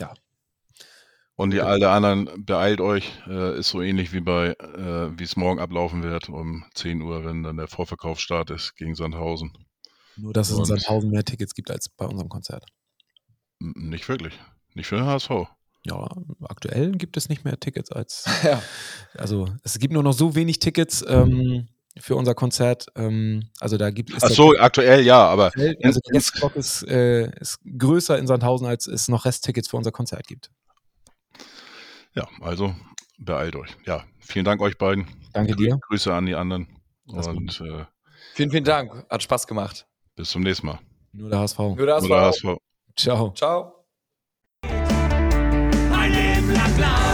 Und alle anderen, beeilt euch, ist so ähnlich wie es morgen ablaufen wird, um 10 Uhr, wenn dann der Vorverkaufsstart ist gegen Sandhausen. Nur, dass es in Sandhausen mehr Tickets gibt als bei unserem Konzert. Nicht wirklich. Nicht für den HSV. Ja, aktuell gibt es nicht mehr Tickets als. Ja. Also es gibt nur noch so wenig Tickets für unser Konzert. Also da gibt es. Ach so, aktuell ja, aber. Also der Restblock ist größer in Sandhausen, als es noch Resttickets für unser Konzert gibt. Ja, also beeilt euch. Ja, vielen Dank euch beiden. Danke dir. Grüße an die anderen. Und vielen Dank. Hat Spaß gemacht. Bis zum nächsten Mal. Nur der HSV. Nur der HSV. Ciao. Ciao. Ein Leben lang